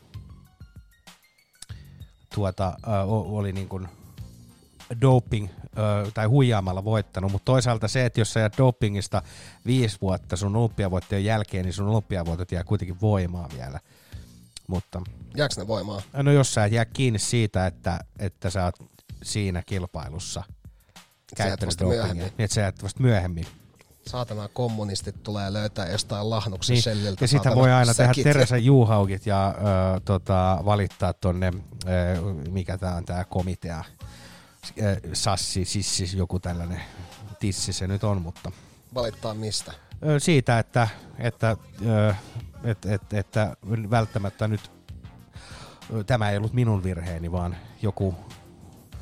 tuota, äh, oli niinku doping äh, tai huijaamalla voittanut, mutta toisaalta se, että jos sä jäät dopingista viisi vuotta sun olympiavoittojen jälkeen, niin sun olympiavoitot jää kuitenkin voimaan vielä. Mutta, jääks ne voimaan? No jos sä jää kiinni siitä, että, että sä oot siinä kilpailussa käyttänyt dopingia, niin että sä jäät vasta myöhemmin. Saatana kommunistit tulee löytää jostain lahnuksen niin. selliltä. Ja sitä voi aina säkit. Tehdä Teresa Juhaukit ja ö, tota, valittaa tonne, ö, mikä tää on tää komitea, ö, Sassi, Sissi, joku tällainen tissi se nyt on, mutta... Valittaa mistä? Ö, siitä, että, että, ö, et, et, että välttämättä nyt ö, tämä ei ollut minun virheeni, vaan joku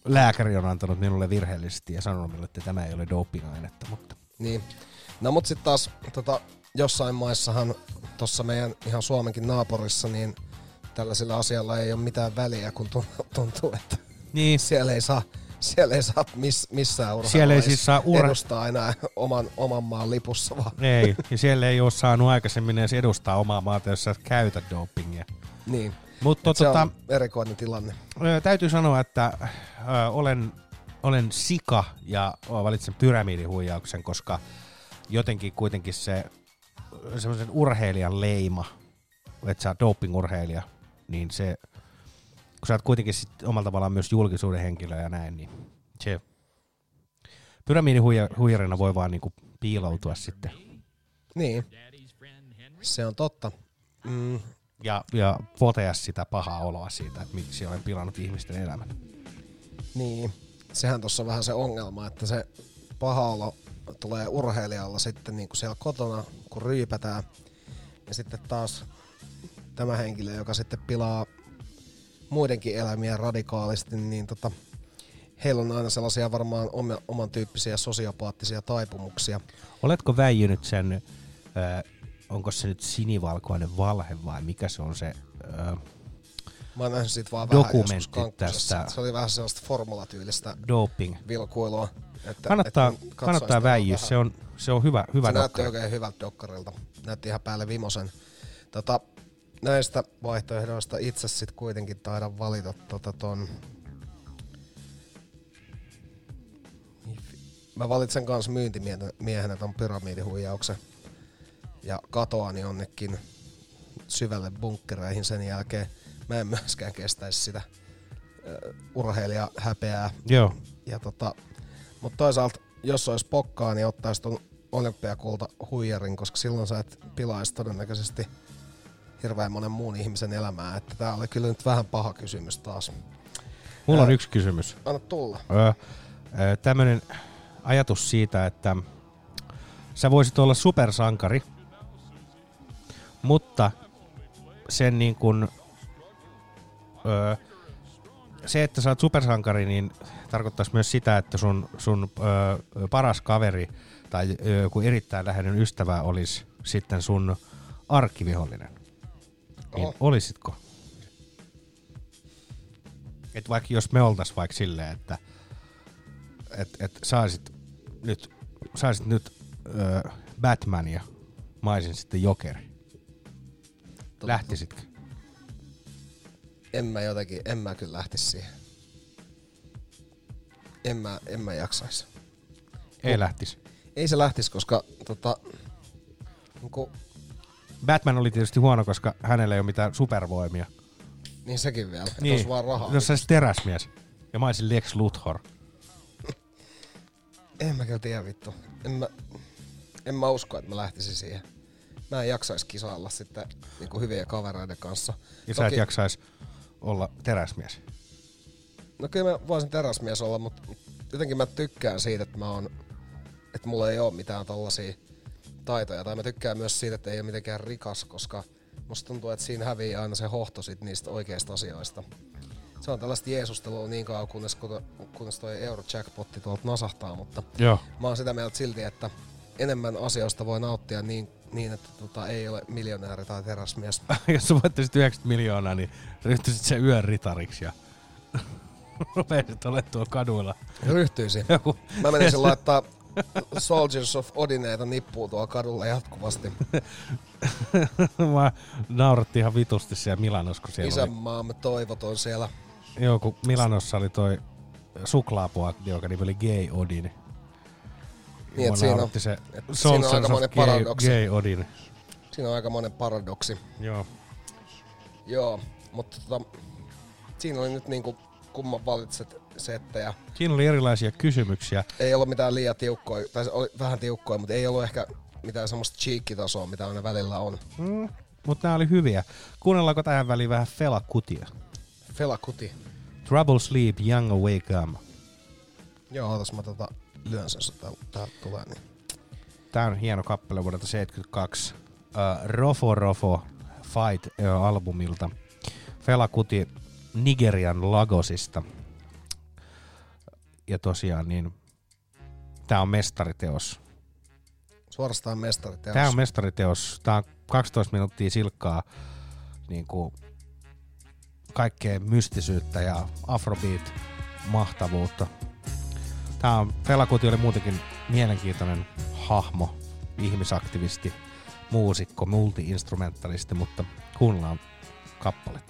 lääkäri on antanut minulle virheellisesti ja sanonut minulle, että tämä ei ole doping-ainetta. Mutta. Niin. No mut sit taas tota, jossain maissahan tossa meidän ihan Suomenkin naapurissa, niin tällaisilla asialla ei ole mitään väliä, kun tuntuu, että niin. siellä ei saa, siellä ei saa miss, missään siellä ei siis saa ura- edustaa enää oman, oman maan lipussa vaan. Ei, ja siellä ei ole saanut aikaisemmin edes edustaa omaa maata, jos sä et käytä dopingia. Niin. Mutta se tota, on erikoinen tilanne. Ö, täytyy sanoa, että ö, olen, olen sika ja valitsen pyramidihuijauksen, koska jotenkin kuitenkin se semmoisen urheilijan leima, että sä oot doping-urheilija, niin se, kun sä oot kuitenkin sit omalla tavallaan myös julkisuuden henkilö ja näin, niin se pyramidihuijarina voi vaan niinku piiloutua sitten. Niin, se on totta. Mm. Ja, ja potea sitä pahaa oloa siitä, että miksi olen pilannut ihmisten elämän. Niin, sehän tuossa on vähän se ongelma, että se paha olo tulee urheilijalla sitten niin kuin siellä kotona, kun ryypätään. Ja sitten taas tämä henkilö, joka sitten pilaa muidenkin elämiä radikaalisti, niin tota, heillä on aina sellaisia varmaan oman tyyppisiä sosiopaattisia taipumuksia. Oletko väijynyt sen, äh, onko se nyt sinivalkoinen valhe vai mikä se on se äh, Mä oon nähnyt siitä vaan vähän joskus dokumentti tästä Se oli vähän sellaista formulatyylistä doping. vilkuilua. Että, kannattaa että kannattaa väijyä, se on, se on hyvä, hyvä se näytti dokkari. oikein hyvältä dokkarilta. Näytti ihan päälle vimosen. Tota, näistä vaihtoehdoista itse sit kuitenkin taidan valita tota ton... Mä valitsen kans myyntimiehenä ton pyramidihuijauksen. Ja katoani jonnekin syvälle bunkkereihin sen jälkeen. Mä en myöskään kestäisi sitä uh, urheilijahäpeää. Joo. Ja tota, mutta toisaalta, jos olisi pokkaa, niin ottaisi ton olympiakulta huijarin, koska silloin sä et pilaisi todennäköisesti hirveän monen muun ihmisen elämää. Että tää oli kyllä nyt vähän paha kysymys taas. Mulla on Ää, yksi kysymys. Anna tulla. Öö, tämmönen ajatus siitä, että sä voisit olla supersankari, mutta sen niin kun, öö, se, että sä oot supersankari, niin tarkoittaisi myös sitä, että sun, sun öö, paras kaveri tai joku erittäin läheinen ystävä olisi sitten sun arkkivihollinen. Niin olisitko? Et vaikka jos me oltais vaikka silleen, että et, et saisit nyt, saisit nyt öö, Batman ja mä olisin sitten Jokeri. Totta. Lähtisitkö? En mä jotenkin, en mä kyllä lähtisi siihen. En mä, en mä jaksais. Ei lähtisi. Ei se lähtisi, koska tota, niinku, Batman oli tietysti huono, koska hänellä ei ole mitään supervoimia. niin sekin vielä. Niin. Että vaan rahaa. Jos sä olisit teräsmies ja mä olisin Lex Luthor. En mä kyllä tiedä vittu. En mä, en mä usko, että mä lähtisin siihen. Mä en jaksais kisailla sitten niinku hyvien kavereiden kanssa. Ja sä et jaksais olla teräsmies. No kyllä mä voisin teräsmies olla, mutta jotenkin mä tykkään siitä, että mä oon, että mulla ei oo mitään tollasia taitoja. Tai mä tykkään myös siitä, että ei ole mitenkään rikas, koska musta tuntuu, että siinä hävii aina se hohto sit niistä oikeista asioista. Se on tällaista jeesustelua niin kauan, kunnes, kunnes toi Eurojackpotti tuolta nasahtaa, mutta Joo. mä oon sitä mieltä silti, että enemmän asioista voi nauttia niin, niin että tota, ei ole miljonääri tai teräsmies. Jos sä voittaisit yhdeksänkymmentä miljoonaa, niin ryhtyisit se yön ritariksi ja rupeisit olemaan tuolla kaduilla. Ryhtyisin. Joku. Mä menisin laittaa Soldiers of Odineita nippuun tuolla kadulla jatkuvasti. Mä naurattiin ihan vitusti siellä Milanossa, kun siellä Isänmaamme toivot on siellä. oli... Joo, kun Milanossa oli toi suklaapuakti, joka nimi oli Gay Odin. Niin, et siinä on, se et siinä on Soldiers aika of monen Gay, paradoksi. Gay Odin. Siinä on aika monen paradoksi. Joo. Joo, mutta tota, siinä oli nyt niinku kumman valitset settejä. Siinä oli erilaisia kysymyksiä. Ei ollut mitään liian tiukkoja, tai se oli vähän tiukkoja, mutta ei ollut ehkä mitään semmoista cheekkitasoa, mitä aina välillä on. Mm, mutta nämä oli hyviä. Kuunnellaanko tähän väliin vähän Fela Kutia? Fela Kuti. Trouble Sleep, Young Awake Come. Joo, ootas mä tota lyön sen, täältä tulee. Niin. Tää on hieno kappale vuodelta seitsemänkymmentäkaksi. Uh, Rofo Rofo Fight-albumilta. Fela Kuti Nigerian Lagosista. ja tosiaan niin tää on mestariteos. Suorastaan mestariteos. Tää on mestariteos. Tää on kaksitoista minuuttia silkkaa niinku kaikkea mystisyyttä ja afrobeat mahtavuutta. Tää on, Fela Kuti oli muutenkin mielenkiintoinen hahmo, ihmisaktivisti, muusikko, multi-instrumentalisti, mutta kuunnellaan kappaletta.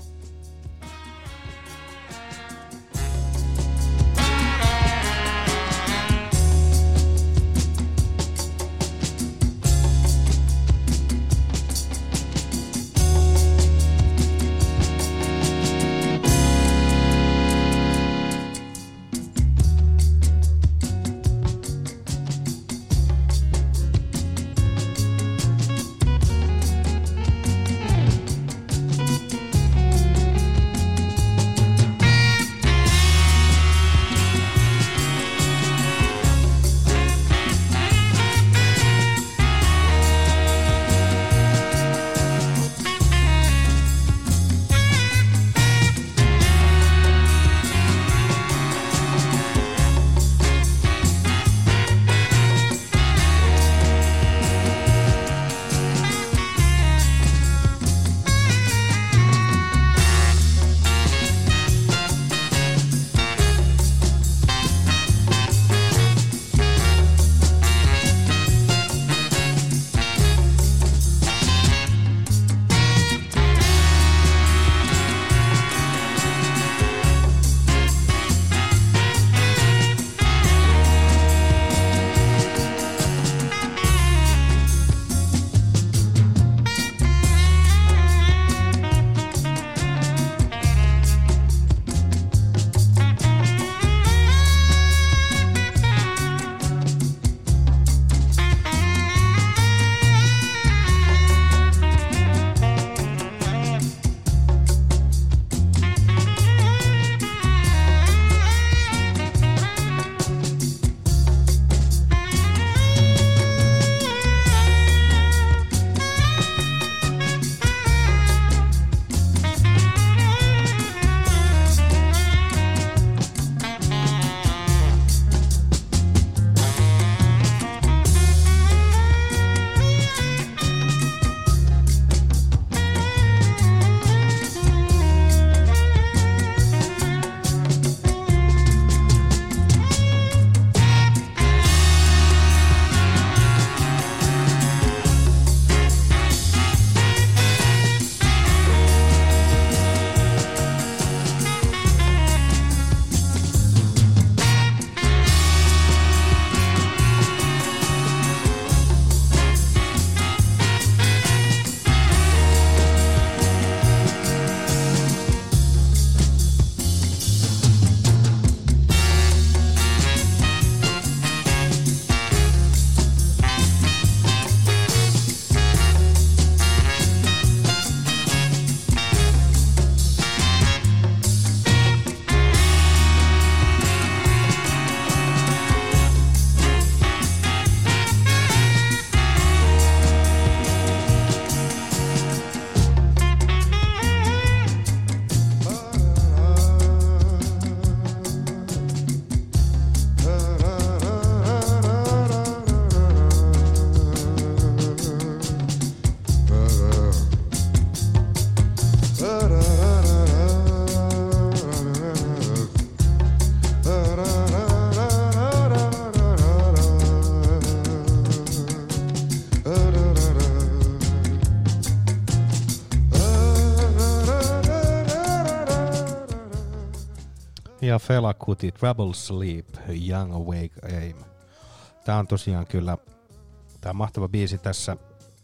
Ja Fela Kuti, Trouble Sleep, Young Awake Aim. Tää on tosiaan kyllä, tää on mahtava biisi. Tässä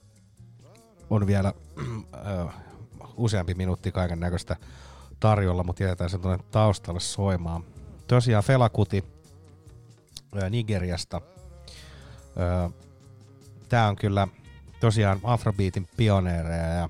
on vielä äh, useampi minuutti kaiken näköistä tarjolla, mutta jätetään sen tuonne taustalle soimaan. Tosiaan Fela Kuti äh, Nigeriasta. Äh, tää on kyllä tosiaan Afrobeatin pioneereja ja,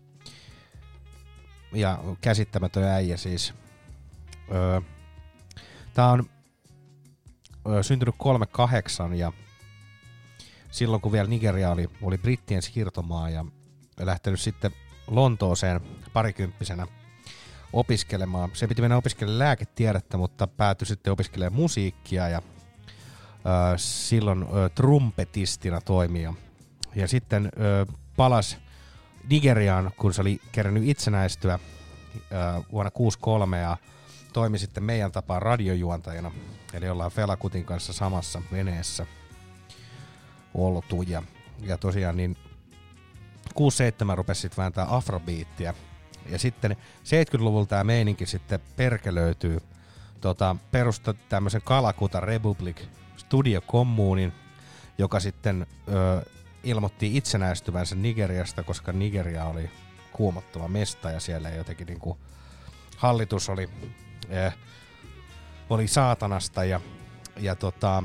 ja käsittämätön äijä siis. Öö, tää on öö, syntynyt kolmekymmentäkahdeksan ja silloin kun vielä Nigeria oli, oli brittien siirtomaa ja lähtenyt sitten Lontooseen parikymppisenä opiskelemaan. Se piti mennä opiskelemaan lääketiedettä, mutta päätyi sitten opiskelemaan musiikkia ja ö, silloin ö, trumpetistina toimia. Ja sitten ö, palasi Nigeriaan, kun se oli kerännyt itsenäistyä ö, vuonna kuusikymmentäkolme ja toimi sitten meidän tapaan radiojuontajana. Eli ollaan Fela Kutin kanssa samassa veneessä oltu. Ja, ja tosiaan niin kuusi seitsemän rupesi sitten vääntää afrobeattia. Ja sitten seitsemänkymmentäluvulla tämä meininki sitten perkelöityy. Tota, perusti tämmöisen Kalakuta Republic Studio Kommunin, joka sitten ö, ilmoitti itsenäistyvänsä Nigeriasta, koska Nigeria oli kuumottava mesta ja siellä jotenkin niinku hallitus oli, ö, oli saatanasta ja, ja tota,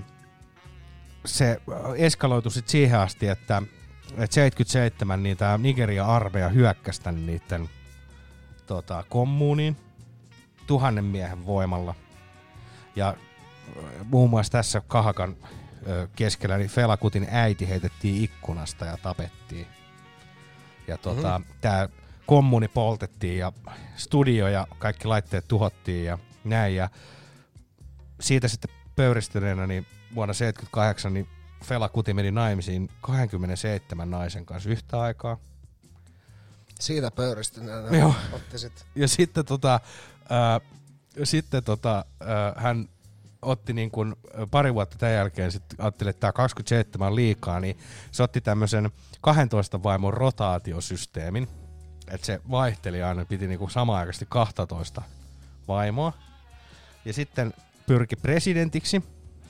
se eskaloitui sitten siihen asti, että et seitsemänkymmentäseitsemän niin tämä Nigerian armeija hyökkäsi tänne niiden tota, kommuuniin tuhannen miehen voimalla. Ja muun muassa tässä Kahakan ö, keskellä niin Fela Kutin äiti heitettiin ikkunasta ja tapettiin. Ja tota, mm-hmm. tämä kommuni poltettiin ja studio ja kaikki laitteet tuhottiin ja näin. Ja siitä sitten pöyristyneenä niin vuonna seitsemänkymmentäkahdeksan niin Fela Kuti meni naimisiin kaksikymmentäseitsemän naisen kanssa yhtä aikaa. Siitä pöyristyneenä Joo. otti sit. Ja sitten tota, ää, sitten tota, ää, hän otti niin kuin pari vuotta tämän jälkeen, sitten ajatteli, että tämä kaksikymmentäseitsemän on liikaa, niin se otti tämmöisen kahdentoista vaimon rotaatiosysteemin, että se vaihteli aina, piti niin kuin samanaikaisesti kaksitoista vaimoa. Ja sitten pyrki presidentiksi,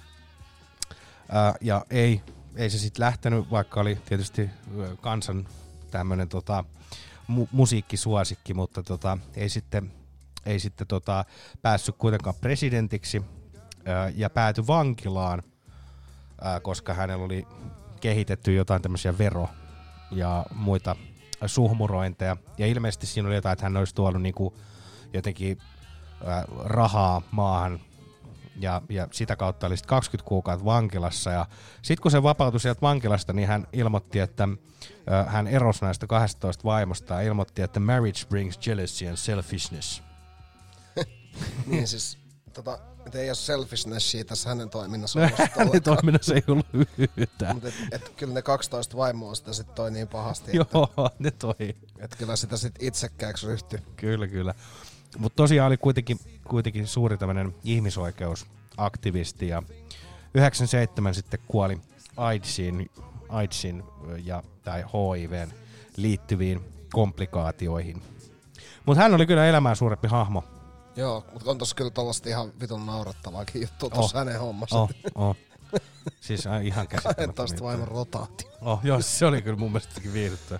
ää, ja ei, ei se sitten lähtenyt, vaikka oli tietysti kansan tämmöinen tota, mu- musiikkisuosikki, mutta tota, ei sitten, ei sitten tota, päässyt kuitenkaan presidentiksi ää, ja päätyi vankilaan, ää, koska hänellä oli kehitetty jotain tämmöisiä vero- ja muita suhmurointeja. Ja ilmeisesti siinä oli jotain, että hän olisi tuonut niinku jotenkin ää, rahaa maahan ja, ja sitä kautta oli sitten kaksikymmentä kuukautta vankilassa. Ja sitten kun se vapautui sieltä vankilasta, niin hän ilmoitti, että ö, hän erosi näistä kaksitoista vaimosta ja ilmoitti, että marriage brings jealousy and selfishness. Niin siis, tota, ei ole selfishness tässä hänen toiminnassa. Hänen toiminnassa ei ollut yhtään. Mutta et, et, kyllä ne kaksitoista vaimoa sitä sit toi niin pahasti, Joo, ne toi. Että kyllä sitä sit itsekkääksi ryhtyi. Kyllä, kyllä. Mutta tosiaan oli kuitenkin, kuitenkin suuri tämmöinen ihmisoikeusaktivisti ja yhdeksänkymmentäseitsemän sitten kuoli AIDSin, AIDSin ja, tai H I V:n liittyviin komplikaatioihin. Mutta hän oli kyllä elämään suurempi hahmo. Joo, mutta on tossa kyllä tollaista ihan vitun naurettavaakin juttua tossa oh. hänen hommassa. Oh, oh. Siis ihan käsittämättä. kahdentoista vaimon rotaatio. Oh, joo, se oli kyllä mun mielestäkin viihdyttävää.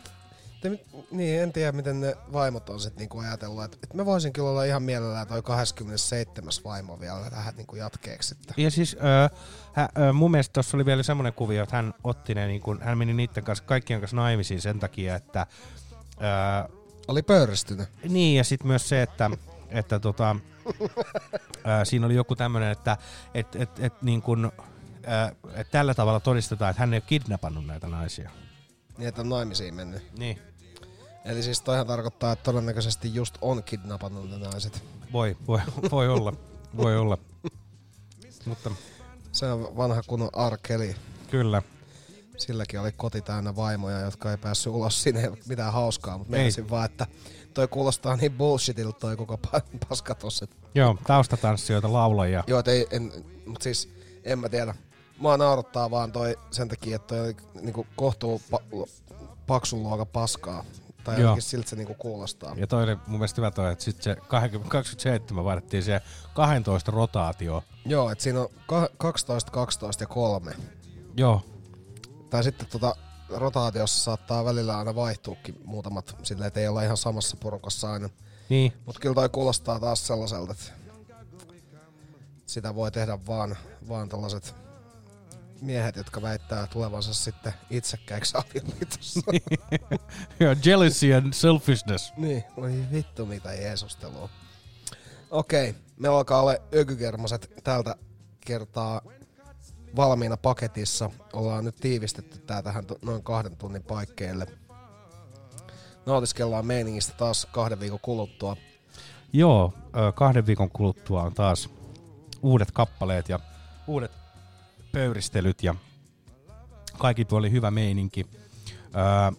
Niin, en tiedä miten ne vaimot on sit niinku ajatellut, että et mä voisin kyllä olla ihan mielellään toi kaksikymmentäseitsemän vaimo vielä tähän niinku jatkeeksi. Että. Ja siis ö, hä, ö, mun mielestä tossa oli vielä semmoinen kuvio, että hän otti ne, niin kun, hän meni niiden kanssa, kaikkien kanssa naimisiin sen takia, että ö, oli pöyristynyt. Niin, ja sitten myös se, että että tota, ää, siinä oli joku tämmönen, että et, et, et, niin kun, ää, et tällä tavalla todistetaan, että hän ei ole kidnappannut näitä naisia. Niin, että on naimisiin mennyt. Niin. Eli siis toihan tarkoittaa, että todennäköisesti just on kidnappannut ne naiset. Voi, voi, voi olla, voi olla. Mutta se on vanha kunnon R. Kelly. Kyllä. Silläkin oli koti täynnä vaimoja, jotka ei päässyt ulos, siinä ei mitään hauskaa, mutta meinasin vaan, että toi kuulostaa niin bullshitilta toi koko paska tossa. Joo, taustatanssijoita, laulajia. Joo, ei, en, mutta siis en mä tiedä. Mua naurattaa vaan toi sen takia, että toi niinku kohtuu pa- paksun luokan paskaa. Tai jotenkin siltä se niinku kuulostaa. Ja toi oli mun mielestä hyvä toi, että sit se kaksikymmentäseitsemän vaihdettiin se kaksitoista rotaatio. Joo, että siinä on kaksitoista, kaksitoista ja kolme. Joo. Tai sitten tota rotaatiossa saattaa välillä aina vaihtuukin muutamat silleen, että ei olla ihan samassa porukassa aina. Niin. Mut kyllä toi kuulostaa taas sellaiselta, että sitä voi tehdä vaan, vaan tällaiset miehet, jotka väittää tulevansa sitten itsekkäiksi avioliitossa. Joo, jealousy and selfishness. Niin, voi vittu mitä jeesustelua. Okei, me alkaa olla ökykermaset tältä kertaa valmiina paketissa. Ollaan nyt tiivistetty tää tähän noin kahden tunnin paikkeille. Nautiskellaan meiningistä taas kahden viikon kuluttua. Joo, ö, kahden viikon kuluttua on taas uudet kappaleet ja uudet pöyristelyt ja kaikki oli hyvä meininki. Öö,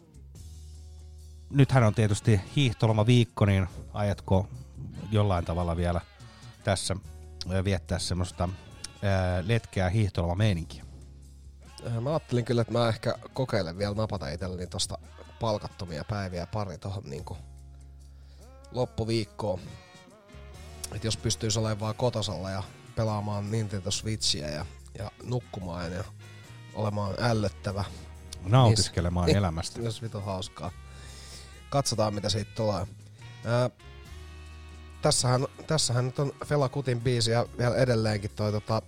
nythän on tietysti hiihtoloma viikko, niin ajatko jollain tavalla vielä tässä ö, viettää semmoista ö, letkeää hiihtoloma meininkiä? Mä ajattelin kyllä, että mä ehkä kokeilen vielä napata itselleni tosta palkattomia päiviä pari tohon niinku loppuviikkoon. Et jos pystyis olemaan vaan kotosalla ja pelaamaan Nintendo Switchiä ja, ja nukkumaan ja olemaan ällöttävä. Nautiskelemaan niin, elämästä. Jos vitu hauskaa. Katsotaan mitä siitä tulee. Ää, tässähän, tässähän nyt on Fela Kutin biisi ja vielä edelleenkin toi tota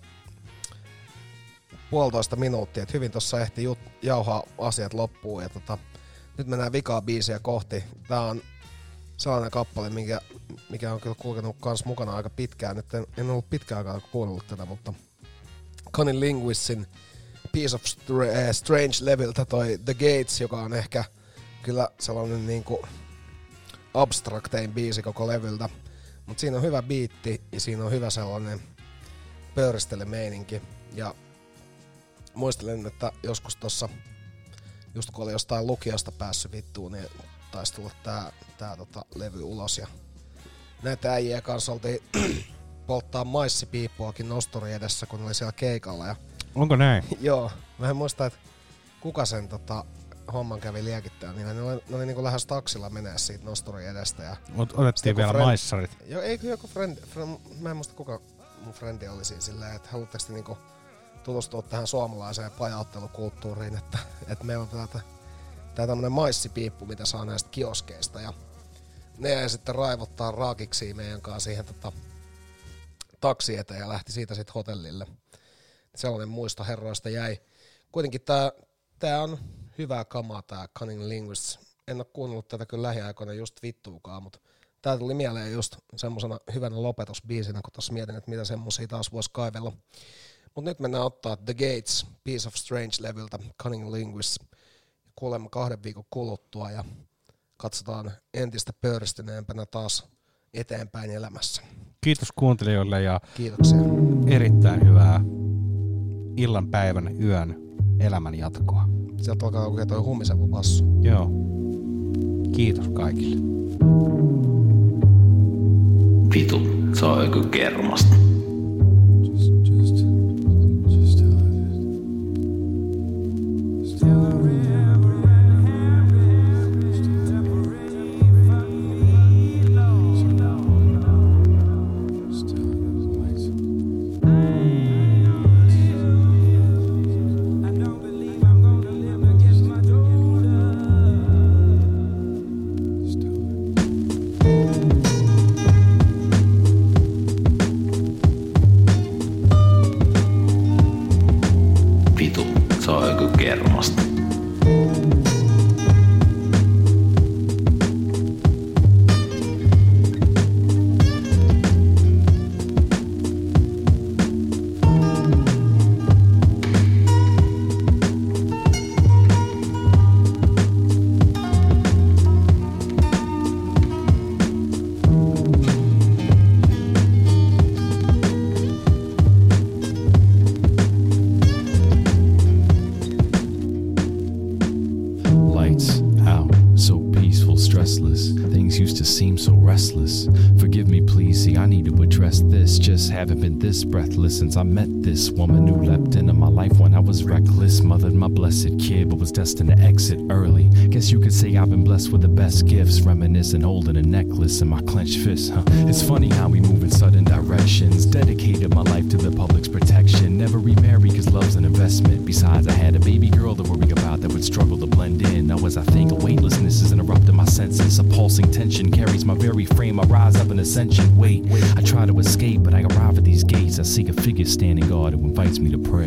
puolitoista minuuttia, että hyvin tossa ehti jut, jauhaa asiat loppuun ja tota, nyt mennään vikaa biisiä kohti. Tää on sellainen kappale, mikä, mikä on kyllä kulkenut kans mukana aika pitkään. Nyt en, en ollut pitkään aikaa kuunnellut tätä, mutta Cunning Linguistsin Piece of Strange Leveltä toi The Gates, joka on ehkä kyllä sellainen niinku abstraktein biisi koko levyltä. Mut siinä on hyvä biitti ja siinä on hyvä sellainen pöyristele-meininki. Ja muistelen, että joskus tossa, just kun oli jostain lukiosta päässyt vittuun, niin taisi tulla tää, tää tota levy ulos. Ja näitä äijien kanssa oltiin polttaa maissipiippuakin nosturi edessä, kun oli siellä keikalla. Ja onko näin? joo, mä en muista, että kuka sen tota, homman kävi liekittämään. Niin ne oli, ne oli niinku lähes taksilla menee siitä nosturi edestä. Ja Ot, otettiin vielä friend, maissarit. Joo, eikö joku friend, friend, mä en muista kuka mun frendi oli siinä silleen, että haluatteko te niinku tutustua tähän suomalaiseen pajauttelukulttuuriin, että, että meillä on tätä, tää tämmönen maissipiippu, mitä saa näistä kioskeista. Ja ne jäi sitten raivottaa raakiksi meidän kanssa siihen tota, taksi eteen ja lähti siitä sitten hotellille. Sellainen muisto herroista jäi. Kuitenkin tää, tää on hyvää kamaa tää Cunning Linguists. En oo kuunnellut tätä kyllä lähiaikoina just vittuukaan, mutta tää tuli mieleen just semmosena hyvänä lopetusbiisinä, kun tossa mietin, että mitä semmosia taas vois kaivella. Mut nyt mennään ottaa The Gates, Piece of Strange-levyltä, Cunning Linguists. Kuulemme kahden viikon kuluttua ja katsotaan entistä pöyristyneempänä taas eteenpäin elämässä. Kiitos kuuntelijoille ja kiitoksia. Erittäin hyvää illan, päivän, yön, elämän jatkoa. Sieltä alkaa lukea toi humisevu bassu. Joo. Kiitos kaikille. Vitu, se on joku kermasta. Haven't been this breathless since I met this woman who leapt into my life when I was reckless. Mothered my blessed kid, but was destined to exit early. Guess you could say I've been blessed with the best gifts, reminiscing, holding a necklace in my clenched fist. Huh? It's funny how we move in sudden directions. Dedicated my life to the public's protection. Never remarry cause love's an investment. Besides, I had a baby girl to worry about that would struggle to blend in. Now as I think, a weightlessness is interrupting my senses. A pulsing tension carries my very frame. I rise up in ascension. Wait, I try to escape, but I arrive at these gates. I seek a figure standing guard who invites me to pray.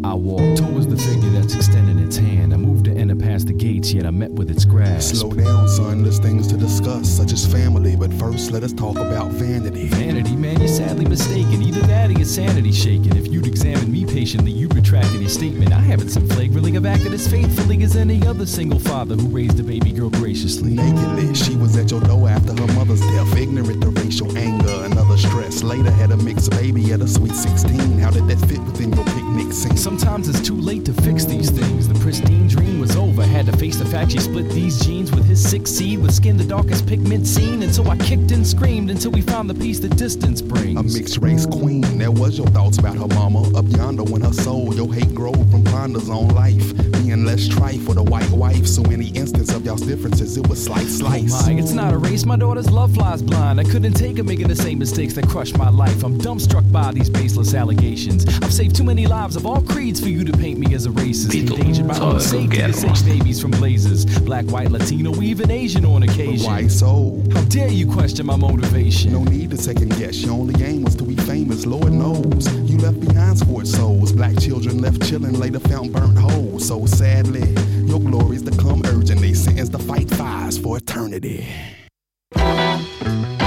I walked towards the figure that's extending its hand. I moved to enter past the gates, yet I met with its grasp. Slow down, son, there's things to discuss, such as family, but first let us talk about vanity. Vanity, man, you're sadly mistaken. Either that or your sanity shaken. If you'd examined me patiently, you'd retracted your statement. I haven't some flagrantly have acted as faithfully as any other single father who raised a baby girl graciously. Nakedly, she was at your door after her mother's death, ignorant to racial anger and other stress. Later had a mixed baby at a sweet sixteen. How did that fit within your picnic scene? Sometimes it's too late to fix these things. The pristine dream was over. Had to face the fact she split these genes with his sick seed, with skin the darkest pigment seen. And so I kicked and screamed until we found the peace that distance brings. A mixed race queen, there was your thoughts about her mama. Up yonder when her soul, your hate growed from ponders on life. Being less trife with a white wife, so any instance of y'all's differences, it was slice, slice. Oh my, it's not a race, my daughter's love flies blind. I couldn't take her making the same mistakes that crushed my life. I'm dumbstruck by these baseless allegations. I've saved too many lives of all creeds for you to paint me as a racist. Endangered my own safety to save babies from blazes. Black, white, Latino, even Asian on occasion. Why so? How dare you question my motivation? No need to second guess. Your only aim was to be famous, Lord knows. You left behind sport souls. Black children left chillin', later found burnt holes. So sadly, your glories to come urgently. Sentenced to fight fires for eternity.